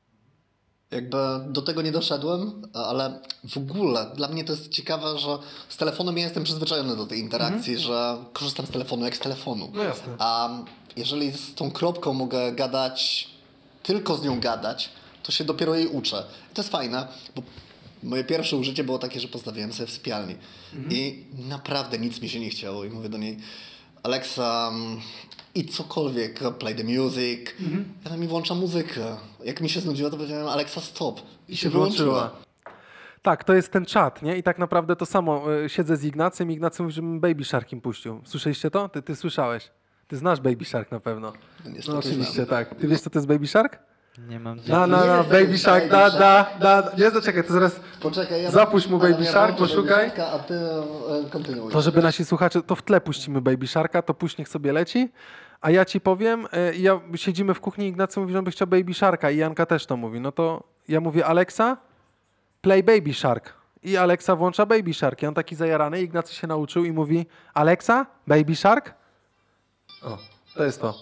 Jakby do tego nie doszedłem, ale w ogóle dla mnie to jest ciekawe, że z telefonem ja jestem przyzwyczajony do tej interakcji, że korzystam z telefonu jak z telefonu. No jasne. A jeżeli z tą kropką mogę gadać, tylko z nią gadać, to się dopiero jej uczę. I to jest fajne, bo moje pierwsze użycie było takie, że postawiłem sobie w sypialni i naprawdę nic mi się nie chciało i mówię do niej Alexa, i cokolwiek, play the music. Ona mi włącza muzykę. Jak mi się znudziło, to powiedziałem Alexa stop. I się wyłączyła. Tak, to jest ten czat, nie? I tak naprawdę to samo. Siedzę z Ignacym i Ignacy mówi, żebym Baby Shark im puścił. Słyszeliście to? Ty słyszałeś. Ty znasz Baby Shark na pewno. No, niestety No oczywiście, znam. tak. Ty wiesz, co to jest Baby Shark? Nie mam No, Nie jest Baby Shark, da. Nie, zaczekaj, to zaraz Poczekaj, ja zapuść mu ale Baby ja Shark, włączę poszukaj. Baby Sharka, a ty kontynuuj. To, żeby nasi słuchacze, to w tle puścimy Baby Sharka, to puść niech sobie leci. A ja ci powiem, siedzimy w kuchni, Ignacy mówi, że on by chciał Baby Sharka i Janka też to mówi. No to ja mówię, Alexa, play Baby Shark. I Alexa włącza Baby Shark. I on taki zajarany, Ignacy się nauczył i mówi, Alexa, Baby Shark? O, to jest to.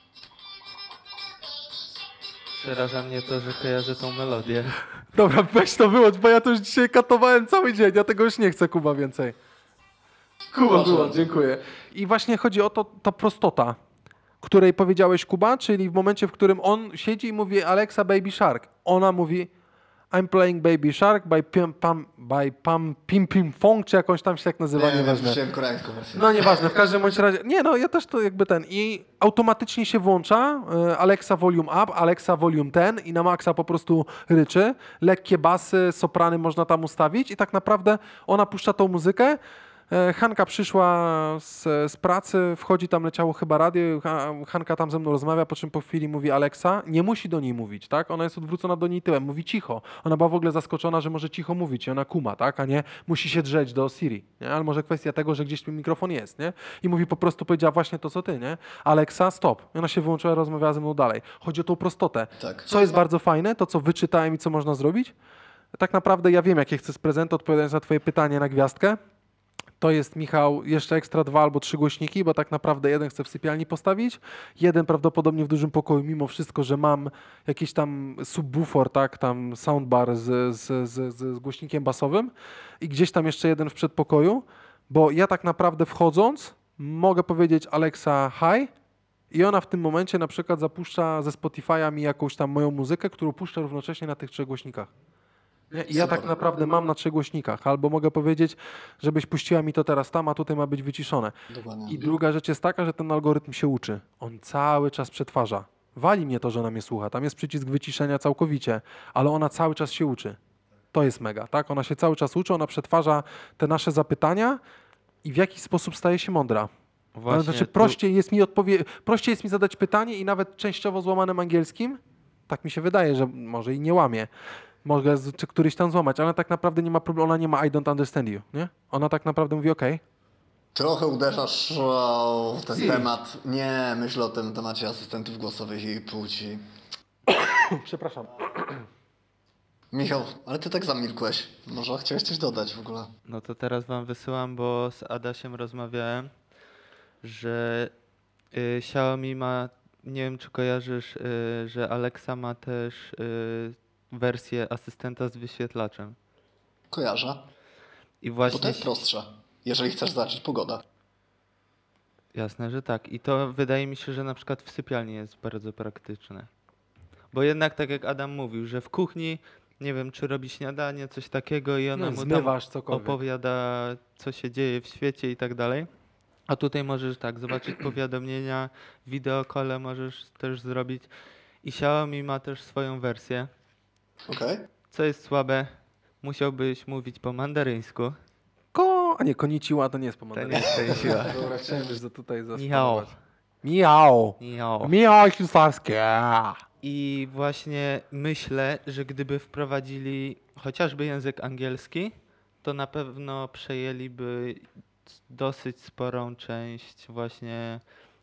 Przeraża mnie to, że kojarzę tą melodię. Dobra, weź to wyłącz, bo ja to już dzisiaj katowałem cały dzień. Ja tego już nie chcę, Kuba, więcej. Kuba, wyłącz, dziękuję. I właśnie chodzi o to, ta prostota, której powiedziałeś, Kuba, czyli w momencie, w którym on siedzi i mówi Alexa Baby Shark. Ona mówi I'm playing Baby Shark by Pim Pim Fong, czy jakąś tam się tak nazywa, Nie, nieważne. wziąłem koreańską wersję. No nieważne, w każdym bądź razie. Nie no, ja też to jakby ten. I automatycznie się włącza Alexa Volume Up, Alexa Volume ten i na maksa po prostu ryczy. Lekkie basy, soprany można tam ustawić i tak naprawdę ona puszcza tą muzykę. Hanka przyszła z pracy, wchodzi tam, leciało chyba radio, Hanka tam ze mną rozmawia, po czym po chwili mówi Alexa, nie musi do niej mówić, tak? Ona jest odwrócona do niej tyłem, mówi cicho. Ona była w ogóle zaskoczona, że może cicho mówić i ona kuma, tak? A nie musi się drzeć do Siri, nie? Ale może kwestia tego, że gdzieś tu mikrofon jest, nie? I mówi po prostu, powiedziała właśnie to, co ty, nie? Alexa, stop. I ona się wyłączyła, rozmawiała ze mną dalej. Chodzi o tą prostotę. Tak. Co jest bardzo fajne, to co wyczytałem i co można zrobić, tak naprawdę ja wiem, jakie chcę z prezentu, odpowiadając na twoje pytanie na gwiazdkę. To jest, Michał, jeszcze ekstra 2 albo 3 głośniki, bo tak naprawdę jeden chcę w sypialni postawić, jeden prawdopodobnie w dużym pokoju, mimo wszystko, że mam jakiś tam subwoofer, tak, tam soundbar z głośnikiem basowym i gdzieś tam jeszcze jeden w przedpokoju, bo ja tak naprawdę wchodząc mogę powiedzieć Alexa hi i ona w tym momencie na przykład zapuszcza ze Spotify'a mi jakąś tam moją muzykę, którą puszcza równocześnie na tych 3 głośnikach. Nie? I ja Super. tak naprawdę mam na 3 głośnikach, albo mogę powiedzieć, żebyś puściła mi to teraz tam, a tutaj ma być wyciszone. Dokładnie. I druga rzecz jest taka, że ten algorytm się uczy. On cały czas przetwarza. Wali mnie to, że ona mnie słucha. Tam jest przycisk wyciszenia całkowicie, ale ona cały czas się uczy. To jest mega, tak? Ona się cały czas uczy, ona przetwarza te nasze zapytania i w jakiś sposób staje się mądra. Właśnie Znaczy tu- prościej jest mi zadać pytanie i nawet częściowo złamanym angielskim, tak mi się wydaje, że może i nie łamie. Mogę czy któryś tam złamać, ale tak naprawdę nie ma problemu, ona nie ma I don't understand you, nie? Ona tak naprawdę mówi okej. Trochę uderzasz w ten temat. Nie myślę o tym temacie asystentów głosowych i płci. Przepraszam. Michał, ale ty tak zamilkłeś. Może chciałeś coś dodać w ogóle? No to teraz wam wysyłam, bo z Adasiem rozmawiałem, że Xiaomi ma, nie wiem czy kojarzysz, że Alexa ma też wersję asystenta z wyświetlaczem. Kojarzę. I Bo właśnie to jest prostsze, jeżeli chcesz zobaczyć pogodę. Jasne, że tak. I to wydaje mi się, że na przykład w sypialni jest bardzo praktyczne. Bo jednak tak jak Adam mówił, że w kuchni, nie wiem, czy robi śniadanie, coś takiego i ona mu tam Zmywasz cokolwiek. opowiada, co się dzieje w świecie i tak dalej. A tutaj możesz tak, zobaczyć powiadomienia, wideokole możesz też zrobić. I Xiaomi ma też swoją wersję. Okej? Co jest słabe, musiałbyś mówić po mandaryńsku. A nie, konnichiwa to nie jest To pomagane. nie jest konnichiwa. Dobra, chciałem już tutaj Miał. zastosować. Miał. Miał. Miał ślusarski. I właśnie myślę, że gdyby wprowadzili chociażby język angielski, to na pewno przejęliby dosyć sporą część właśnie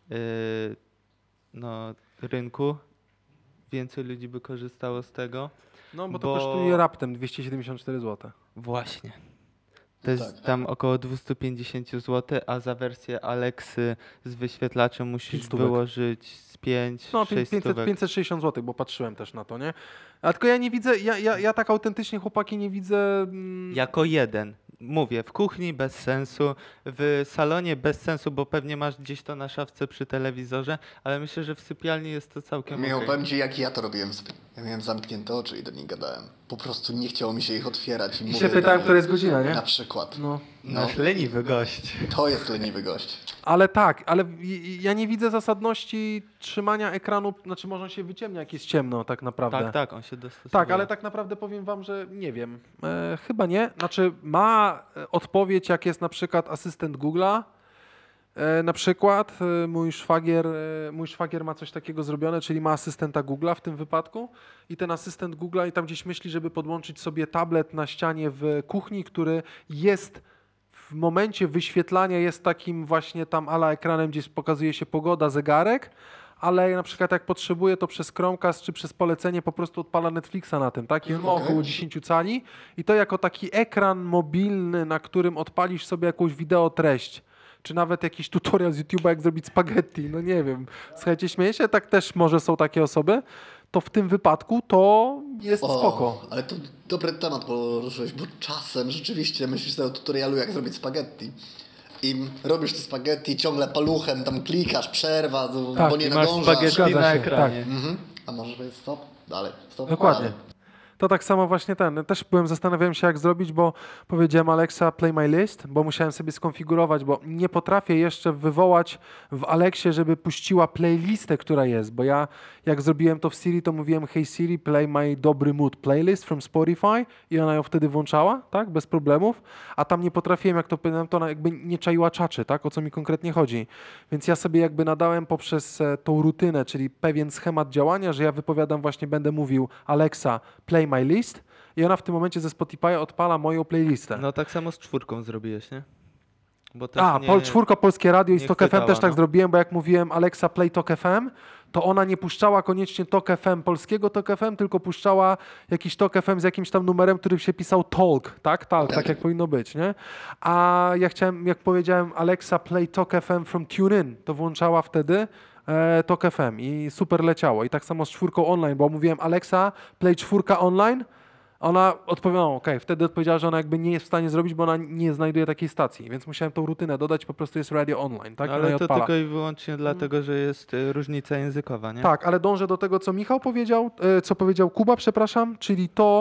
no, rynku. Więcej ludzi by korzystało z tego. No bo to Bo- kosztuje raptem 274 zł. Właśnie. To jest Tak. tam około 250 zł, a za wersję Alexy z wyświetlaczem musisz 5 stówek. wyłożyć z 5, No 6 stówek. 560 zł, bo patrzyłem też na to, nie? A tylko ja nie widzę, ja tak autentycznie chłopaki nie widzę... Jako jeden. Mówię, w kuchni bez sensu, w salonie bez sensu, bo pewnie masz gdzieś to na szafce przy telewizorze, ale myślę, że w sypialni jest to całkiem Michał, okej. powiem ci, jak ja to robiłem. Ja miałem zamknięte oczy i do nich gadałem. Po prostu nie chciało mi się ich otwierać. I się pytałem, która jest godzina, nie? Na przykład. No. No, Nasz leniwy gość. to jest leniwy gość. Ale tak, ale ja nie widzę zasadności trzymania ekranu, znaczy może on się wyciemnia, jak jest ciemno tak naprawdę. Tak, tak, on się dostosowuje. Tak, ale tak naprawdę powiem wam, że nie wiem. Chyba nie. Znaczy ma odpowiedź, jak jest na przykład asystent Google'a. Na przykład mój szwagier ma coś takiego zrobione, czyli ma asystenta Google'a w tym wypadku i ten asystent Google'a i tam gdzieś myśli, żeby podłączyć sobie tablet na ścianie w kuchni, który jest w momencie wyświetlania jest takim właśnie tam ala ekranem, gdzie pokazuje się pogoda, zegarek, ale na przykład jak potrzebuje, to przez Chromecast czy przez polecenie po prostu odpala Netflixa na tym, tak? I on ma Okej. około 10 cali i to jako taki ekran mobilny, na którym odpalisz sobie jakąś wideo treść, czy nawet jakiś tutorial z YouTube'a, jak zrobić spaghetti, no nie wiem. Słuchajcie, śmieję się, tak też może są takie osoby, to w tym wypadku to jest spoko. Ale to dobry temat poruszyłeś, bo czasem rzeczywiście myślisz sobie o tutorialu, jak zrobić spaghetti. I robisz te spaghetti ciągle paluchem, tam klikasz, przerwa, Tak, bo nie I masz nadążasz. spaghetti Zgadza na się, ekranie. Mhm. A może być stop? Dalej. Stop. Dokładnie. Dalej. To tak samo właśnie też zastanawiałem się jak zrobić, bo powiedziałem Alexa play my list, bo musiałem sobie skonfigurować, bo nie potrafię jeszcze wywołać w Alexie, żeby puściła playlistę, która jest, bo ja jak zrobiłem to w Siri, to mówiłem hey Siri play my dobry mood playlist from Spotify i ona ją wtedy włączała, tak, bez problemów, a tam nie potrafiłem, jak to powiedziałem, to ona jakby nie czaiła czaczy, tak, o co mi konkretnie chodzi. Więc ja sobie jakby nadałem poprzez tą rutynę, czyli pewien schemat działania, że ja wypowiadam właśnie, będę mówił Alexa play my list i ona w tym momencie ze Spotify odpala moją playlistę. No tak samo z 4 zrobiłeś, nie? Bo też nie, Czwórka Polskie Radio i nie Tok FM chwytała, też tak no. zrobiłem, bo jak mówiłem Alexa play Tok FM, to ona nie puszczała koniecznie Tok FM, polskiego Tok FM, tylko puszczała jakiś Tok FM z jakimś tam numerem, który się pisał Talk, tak jak powinno być, nie? A ja chciałem, jak powiedziałem Alexa play Tok FM from TuneIn, to włączała wtedy Tok FM i super leciało. I tak samo z 4 online, bo mówiłem Alexa play 4 online, ona odpowiedziała, okej, wtedy odpowiedziała, że ona jakby nie jest w stanie zrobić, bo ona nie znajduje takiej stacji, więc musiałem tą rutynę dodać, po prostu jest radio online, tak? Ona Ale je to odpala. tylko i wyłącznie dlatego, że jest różnica językowa, nie? Tak, ale dążę do tego, co Michał powiedział, co powiedział Kuba, przepraszam, czyli to,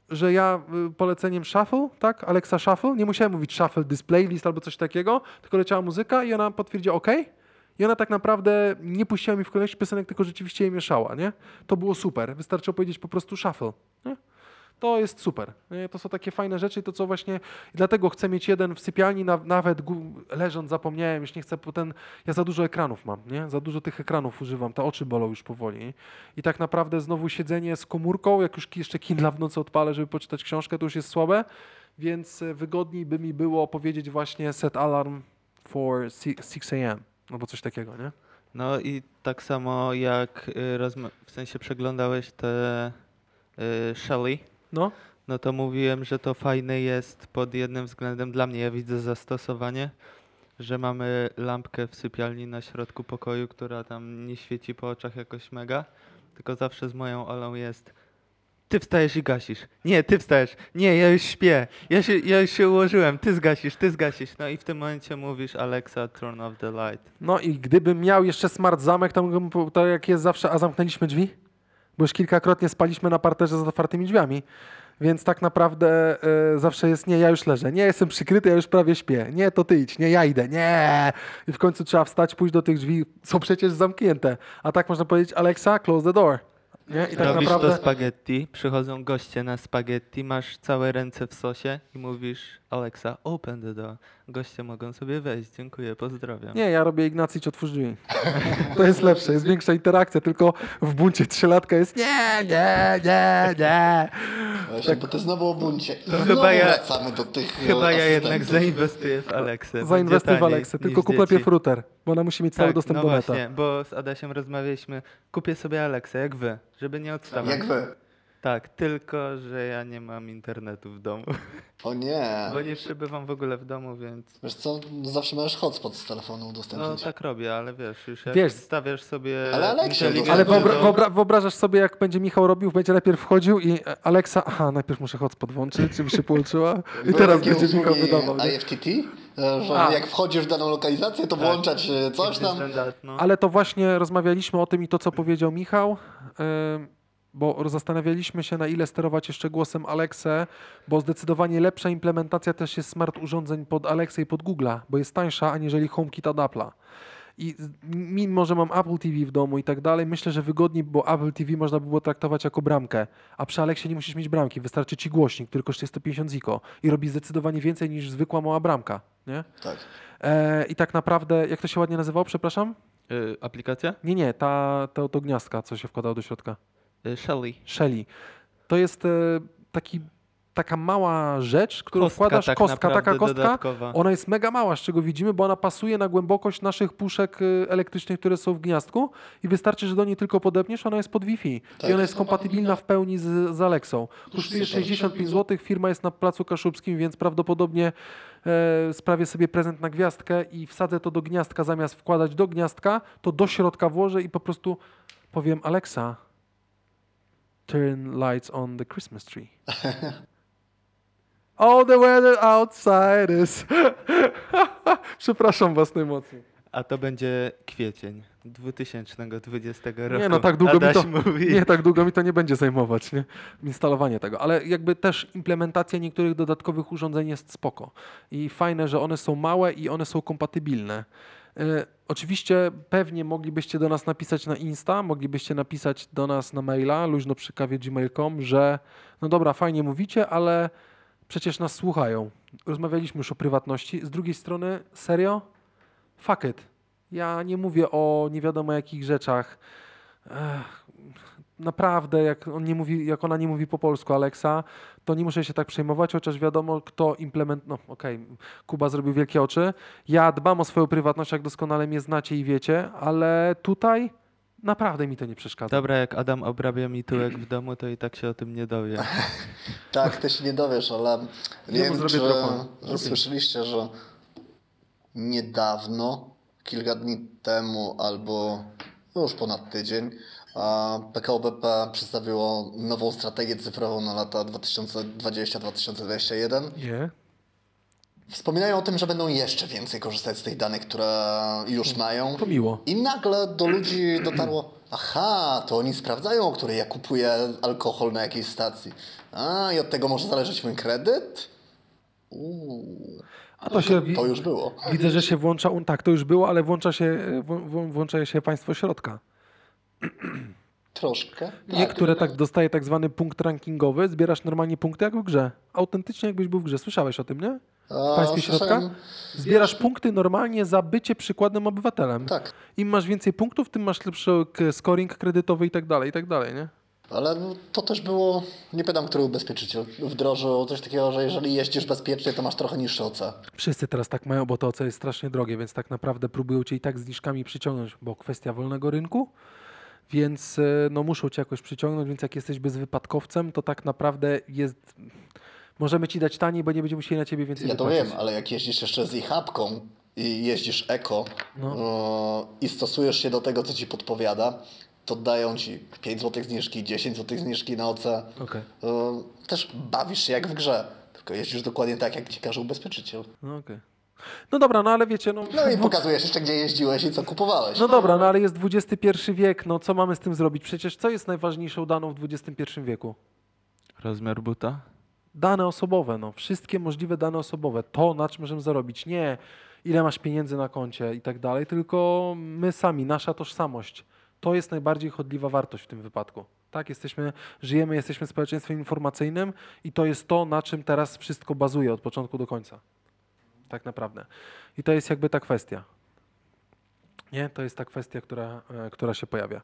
że ja poleceniem shuffle, tak? Alexa shuffle, nie musiałem mówić shuffle this playlist albo coś takiego, tylko leciała muzyka i ona potwierdziła OK. I ona tak naprawdę nie puściła mi w kolejności piosenek, tylko rzeczywiście je mieszała, nie? To było super. Wystarczyło powiedzieć po prostu shuffle, nie? To jest super. Nie? To są takie fajne rzeczy i to co właśnie, dlatego chcę mieć jeden w sypialni, nawet leżąc zapomniałem, już nie chcę, bo ja za dużo ekranów mam, nie? Za dużo tych ekranów używam, te oczy bolą już powoli. I tak naprawdę znowu siedzenie z komórką, jak już jeszcze Kindla w nocy odpalę, żeby poczytać książkę, to już jest słabe, więc wygodniej by mi było powiedzieć właśnie set alarm for 6 a.m. albo coś takiego, nie? No i tak samo jak w sensie przeglądałeś te Shelly, No. no to mówiłem, że to fajne jest pod jednym względem dla mnie. Ja widzę zastosowanie, że mamy lampkę w sypialni na środku pokoju, która tam nie świeci po oczach jakoś mega, tylko zawsze z moją Olą jest: ty wstajesz i gasisz. Nie, ty wstajesz. Nie, ja już śpię. Ja już się ułożyłem. Ty zgasisz, ty zgasisz. No i w tym momencie mówisz: Alexa, turn off the light. No i gdybym miał jeszcze smart zamek, to jak jest zawsze, a zamknęliśmy drzwi? Bo już kilkakrotnie spaliśmy na parterze z otwartymi drzwiami. Więc tak naprawdę zawsze jest: nie, ja już leżę, nie, jestem przykryty, ja już prawie śpię, nie, to ty idź, nie, ja idę, nie. I w końcu trzeba wstać, pójść do tych drzwi, są przecież zamknięte. A tak można powiedzieć: Alexa, close the door. Nie? I tak Robisz naprawdę... to spaghetti, przychodzą goście na spaghetti, masz całe ręce w sosie i mówisz: Alexa, open the door. Goście mogą sobie wejść, dziękuję, pozdrawiam. Nie, ja robię Ignacy, idź otwórz drzwi. To jest lepsze, jest większa interakcja, tylko w buncie 3-latka jest nie. Właśnie, bo to znowu o buncie. I chyba znowu ja- wracamy do tych Chyba ja jednak asystentów. zainwestuję w Alexę. Zainwestuj w Będzie Alexę, taniej tylko niż kup dzieci. najpierw router, bo ona musi mieć cały Tak, dostęp no do neta. właśnie, bo z Adasiem rozmawialiśmy, kupię sobie Alexę, jak wy, żeby nie odstawać. Jak wy. Tak, tylko że ja nie mam internetu w domu, O nie. bo nie przybywam w ogóle w domu, więc Wiesz co, zawsze możesz hotspot z telefonu no udostępnić. tak robię, ale wiesz, już jak Wiesz- stawiasz sobie Ale Alexia, inteligentny Ale dom- wyobrażasz sobie, jak będzie Michał robił, będzie najpierw wchodził i Alexa, najpierw muszę hotspot włączyć, żeby się połączyła i Były teraz takie będzie Michał usługi wydawał. Nie? IFTT, że A. jak wchodzisz w daną lokalizację, to włączać coś tam. No. Ale to właśnie rozmawialiśmy o tym i to, co powiedział Michał, bo zastanawialiśmy się, na ile sterować jeszcze głosem Alexę, bo zdecydowanie lepsza implementacja też jest smart urządzeń pod Alexę i pod Google'a, bo jest tańsza aniżeli HomeKit od Apple'a. I mimo, że mam Apple TV w domu i tak dalej, myślę, że wygodniej, bo Apple TV można by było traktować jako bramkę, a przy Alexie nie musisz mieć bramki, wystarczy ci głośnik, który kosztuje 150 ziko i robi zdecydowanie więcej niż zwykła mała bramka, nie? Tak. I tak naprawdę, jak to się ładnie nazywało, przepraszam? Aplikacja? Nie, to gniazdka, co się wkładało do środka. Shelly. Shelly. To jest taka mała rzecz, którą Kostka wkładasz, tak kostka, taka naprawdę kostka. dodatkowa. Ona jest mega mała, z czego widzimy, bo ona pasuje na głębokość naszych puszek elektrycznych, które są w gniazdku i wystarczy, że do niej tylko podepniesz, ona jest pod Wi-Fi. Tak. I ona jest kompatybilna w pełni z Alexą. Kosztuje 65 zł, firma jest na Placu Kaszubskim, więc prawdopodobnie sprawię sobie prezent na gwiazdkę i wsadzę to do gniazdka, zamiast wkładać do gniazdka, to do środka włożę i po prostu powiem: Alexa, turn lights on the Christmas tree. All the weather outside is... Przepraszam was najmocniej. A to będzie kwiecień 2020 roku. Nie, no tak długo Adaś mi to, mówi. nie, tak długo mi to nie będzie zajmować, nie? Instalowanie tego. Ale jakby też implementacja niektórych dodatkowych urządzeń jest spoko. I fajne, że one są małe i one są kompatybilne. Oczywiście pewnie moglibyście do nas napisać na Insta, moglibyście napisać do nas na maila luźno@gmail.com, że no dobra, fajnie mówicie, ale przecież nas słuchają. Rozmawialiśmy już o prywatności. Z drugiej strony, serio? Fuck it. Ja nie mówię o nie wiadomo jakich rzeczach. Naprawdę, jak ona nie mówi po polsku, Alexa, to nie muszę się tak przejmować, chociaż wiadomo, kto no okej, Kuba zrobił wielkie oczy. Ja dbam o swoją prywatność, jak doskonale mnie znacie i wiecie, ale tutaj naprawdę mi to nie przeszkadza. Dobra, jak Adam obrabia mi tyłek w domu, to i tak się o tym nie dowie. Tak, ty się nie dowiesz, ale nie Ja wiem, mu zrobię czy trochę. słyszeliście, że niedawno, kilka dni temu albo już ponad tydzień, PKO BP przedstawiło nową strategię cyfrową na lata 2020-2021. Nie? Wspominają o tym, że będą jeszcze więcej korzystać z tych danych, które już mają. To miło. I nagle do ludzi dotarło, aha, to oni sprawdzają, o której ja kupuję alkohol na jakiejś stacji. A, i od tego może zależeć mój kredyt? A to się To już było. widzę, że się włącza, tak, to już było, ale włącza się państwo środka. Troszkę. Niektóre tak dostaje tak zwany punkt rankingowy, zbierasz normalnie punkty jak w grze. Autentycznie jakbyś był w grze. Słyszałeś o tym, nie? W państwie środka? Słyszałem. Zbierasz punkty normalnie za bycie przykładnym obywatelem. Tak. Im masz więcej punktów, tym masz lepszy scoring kredytowy i tak dalej, nie? Ale to też było, nie pamiętam, który ubezpieczyciel wdrożył coś takiego, że jeżeli jeździsz bezpiecznie, to masz trochę niższe OC. Wszyscy teraz tak mają, bo to OC jest strasznie drogie, więc tak naprawdę próbują cię i tak zniżkami przyciągnąć, bo kwestia wolnego rynku, więc no muszą cię jakoś przyciągnąć, więc jak jesteś bezwypadkowcem, to tak naprawdę jest... Możemy ci dać taniej, bo nie będziemy musieli na ciebie więcej Ja to wypłacić. wiem, ale jak jeździsz jeszcze z e-hapką i jeździsz eko i stosujesz się do tego, co ci podpowiada, to dają ci 5 zł zniżki, 10 zł zniżki na OC. Okej. Też bawisz się jak w grze, tylko jeździsz dokładnie tak, jak ci każe ubezpieczyciel. No okej. No dobra, no ale wiecie, no... No i pokazujesz jeszcze, gdzie jeździłeś i co kupowałeś. No dobra, no ale jest XXI wiek, no co mamy z tym zrobić? Przecież co jest najważniejszą daną w XXI wieku? Rozmiar buta? Dane osobowe, no. Wszystkie możliwe dane osobowe. To, na czym możemy zarobić. Nie ile masz pieniędzy na koncie i tak dalej, tylko my sami, nasza tożsamość. To jest najbardziej chodliwa wartość w tym wypadku. Tak, żyjemy, jesteśmy społeczeństwem informacyjnym i to jest to, na czym teraz wszystko bazuje od początku do końca. Tak naprawdę. I to jest jakby ta kwestia. Nie? To jest ta kwestia, która się pojawia.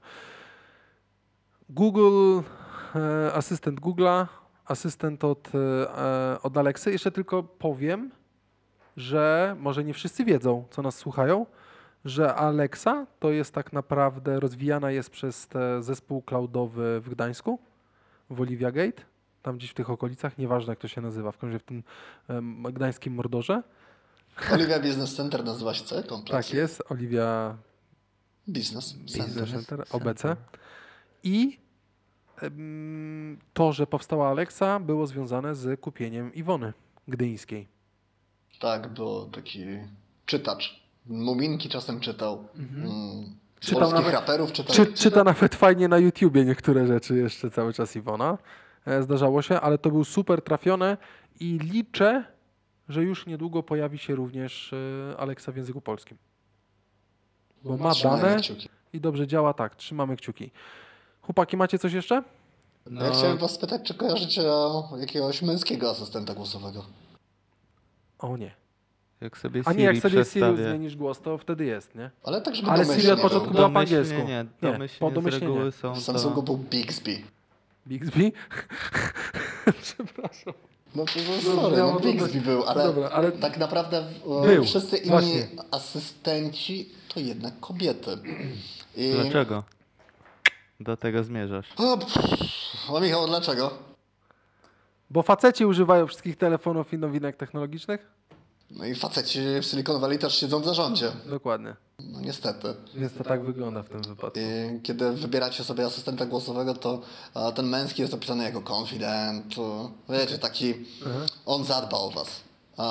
Google, asystent Google'a, asystent od Alexy. Jeszcze tylko powiem, że może nie wszyscy wiedzą, co nas słuchają, że Alexa to jest tak naprawdę rozwijana jest przez zespół cloudowy w Gdańsku, w Olivia Gate, tam gdzieś w tych okolicach, nieważne jak to się nazywa, w każdym razie w tym gdańskim Mordorze. Olivia Business Center nazywa się co? Kompleks. Tak jest, Olivia Business Business Center. Center, OBC. I to, że powstała Alexa, było związane z kupieniem Iwony Gdyńskiej. Tak, był taki czytacz. Muminki czasem czytał. Z Czytał polskich nawet- raperów czytał. Czyta nawet fajnie na YouTubie niektóre rzeczy jeszcze cały czas Iwona. Zdarzało się, ale to był super trafione i liczę, że już niedługo pojawi się również Alexa w języku polskim. Bo ma Trzymajmy dane kciuki. i dobrze działa, tak, trzymamy kciuki. Chłopaki, macie coś jeszcze? No, Ja chciałem was spytać, czy kojarzycie jakiegoś męskiego asystenta głosowego? O nie. jak sobie A nie, Siri jak sobie Siri przestawię. zmienisz głos, to wtedy jest, nie? Ale tak, żeby Ale domyślnie Siri od był. początku była po Domyślnie angielsku. nie, Nie, domyślnie po domyślnie z reguły nie. są W to... Samsungu był Bixby. Bixby? Przepraszam. No to sorry, miało no to Bixby być- był, ale, Dobra, ale- tak naprawdę Był, wszyscy inni właśnie. asystenci to jednak kobiety. I... Dlaczego? Do tego zmierzasz. O Michał, dlaczego? Bo faceci używają wszystkich telefonów i nowinek technologicznych? No i faceci w Silicon Valley też siedzą w zarządzie. Dokładnie. No niestety. Więc to tak wygląda w tym wypadku. I kiedy wybieracie sobie asystenta głosowego, to ten męski jest opisany jako confident. Wiecie, taki on zadba o was.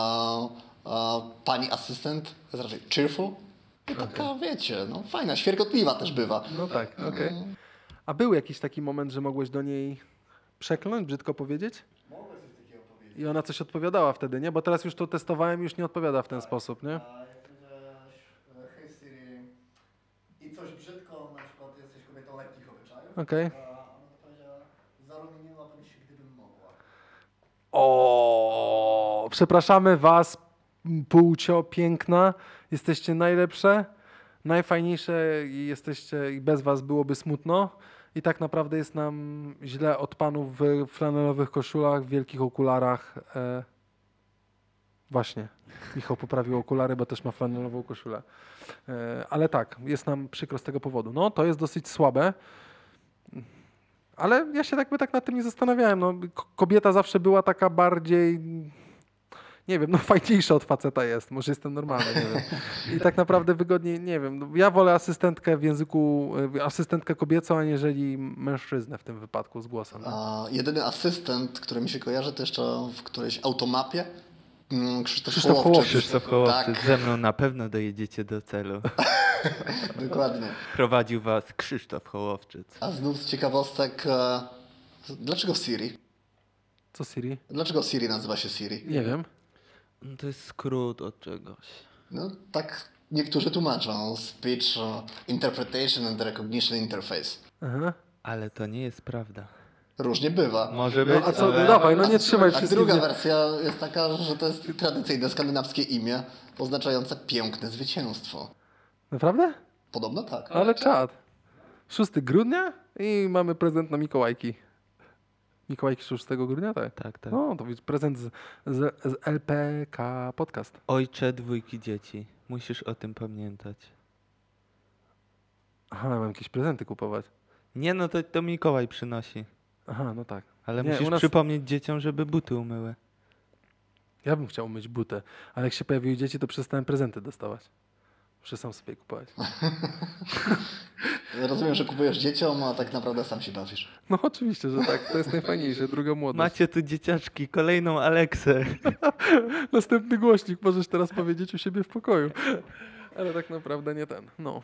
Pani asystent jest raczej cheerful. I taka, wiecie, no fajna, świerkotliwa też bywa. No tak, okej. A był jakiś taki moment, że mogłeś do niej przekląć, brzydko powiedzieć? I ona coś odpowiadała wtedy, nie? Bo teraz już to testowałem, już nie odpowiada w ten sposób, nie? Hej Siri, i coś brzydko, na przykład jesteś kobietą lekkich obyczajów. Okej. Ona powiedziała, zarumieniłabym się, gdybym mogła. O, przepraszamy was, płcio piękna. Jesteście najlepsze, najfajniejsze i jesteście, i bez was byłoby smutno. I tak naprawdę jest nam źle od panów w flanelowych koszulach, w wielkich okularach. Właśnie, Michał poprawił okulary, bo też ma flanelową koszulę. Ale tak, jest nam przykro z tego powodu. No, to jest dosyć słabe. Ale ja się tak nad tym nie zastanawiałem. No, kobieta zawsze była taka bardziej, nie wiem, no fajniejsza od faceta jest. Może jestem normalny, nie wiem. I tak naprawdę wygodniej, nie wiem. No, ja wolę asystentkę w języku, asystentkę kobiecą, aniżeli mężczyznę w tym wypadku z głosem. A jedyny asystent, który mi się kojarzy, to jeszcze w którejś automapie. Krzysztof Hołowczyk. Krzysztof Hołowczyk, Tak, ze mną na pewno dojedziecie do celu. dokładnie. Prowadził was Krzysztof Hołowczyc. A znów z ciekawostek, dlaczego Siri? Co Siri? Dlaczego Siri nazywa się Siri? Nie wiem. No to jest skrót od czegoś. No tak niektórzy tłumaczą. Speech Interpretation and Recognition Interface. Aha. Ale to nie jest prawda. Różnie bywa. Może być, A co, ale... no dawaj, no nie trzymaj A wszystkich. druga wersja jest taka, że to jest tradycyjne skandynawskie imię oznaczające piękne zwycięstwo. Naprawdę? Podobno tak. Ale czad. 6 grudnia i mamy prezent na Mikołajki. Mikołajki 6 grudnia, tak? Tak, tak. No, to jest prezent z LPK Podcast. Ojcze 2 dzieci. Musisz o tym pamiętać. Aha, mam jakieś prezenty kupować. Nie, no to Mikołaj przynosi. Aha, no tak. Ale Nie, musisz u nas- przypomnieć dzieciom, żeby buty umyły. Ja bym chciał umyć butę, ale jak się pojawiły dzieci, to przestałem prezenty dostawać. Muszę sam sobie kupować. Rozumiem, że kupujesz dzieciom, a tak naprawdę sam się bawisz. No oczywiście, że tak. To jest najfajniejsze. Druga młodość. Macie tu dzieciaczki, kolejną Aleksę. Następny głośnik możesz teraz powiedzieć u siebie w pokoju. Ale tak naprawdę nie ten. No.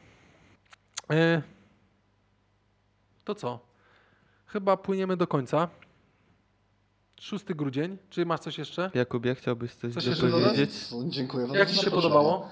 To co? Chyba płyniemy do końca. 6 grudzień. Czy masz coś jeszcze? Jakubie, chciałbyś coś Coś jeszcze dopowiedzieć? Dziękuję wam Jak za ci się zaproszenie. podobało?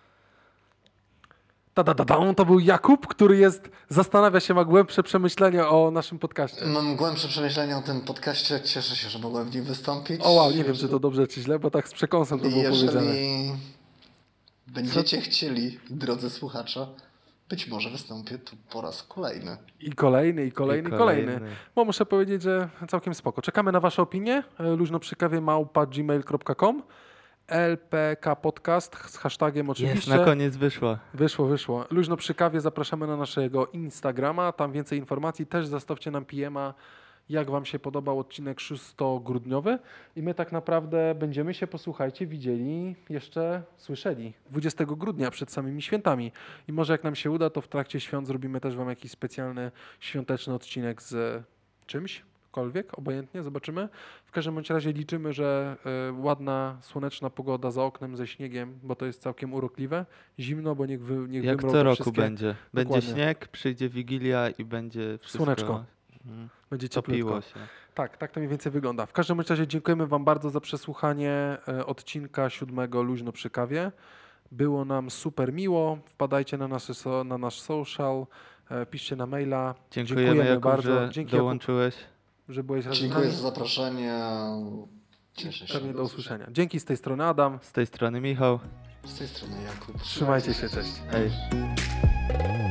To był Jakub, który zastanawia się, ma głębsze przemyślenia o naszym podcaście. Mam głębsze przemyślenia o tym podcaście. Cieszę się, że mogłem w nim wystąpić. O wow, nie wiem, czy to dobrze, czy źle, bo tak z przekąsem to było powiedziane. Jeżeli będziecie chcieli, drodzy słuchacze, być może wystąpię tu po raz kolejny. I kolejny. Bo muszę powiedzieć, że całkiem spoko. Czekamy na wasze opinie. luźnoprzykawie@gmail.com LPK Podcast z hashtagiem Jest, oczywiście. na koniec wyszło. Wyszło. Luźno przy kawie zapraszamy na naszego Instagrama. Tam więcej informacji. Też zostawcie nam PM-a, jak wam się podobał odcinek 6-grudniowy. I my tak naprawdę będziemy się, posłuchajcie, widzieli, jeszcze słyszeli 20 grudnia przed samymi świętami. I może jak nam się uda, to w trakcie świąt zrobimy też wam jakiś specjalny świąteczny odcinek z czymś. Obojętnie, zobaczymy. W każdym bądź razie liczymy, że ładna, słoneczna pogoda za oknem ze śniegiem, bo to jest całkiem urokliwe. Zimno, bo niech Jak wymrą co te roku wszystkie... będzie. Będzie Dokładnie. śnieg, przyjdzie Wigilia i będzie wszystko... Słoneczko. Mhm. Będzie Topiło cieplutko. się. Tak to mniej więcej wygląda. W każdym razie dziękujemy wam bardzo za przesłuchanie odcinka 7 Luźno przy kawie. Było nam super miło. Wpadajcie na nasz social, piszcie na maila. Dziękujemy Jakub, bardzo. że Dzięki dołączyłeś. Jakub, że byłeś razem z Dziękuję nami. za zaproszenie. Cieszę się. Pewnie do usłyszenia. Dzięki, z tej strony Adam. Z tej strony Michał. Z tej strony Jakub. Trzymajcie się, cześć. Hej.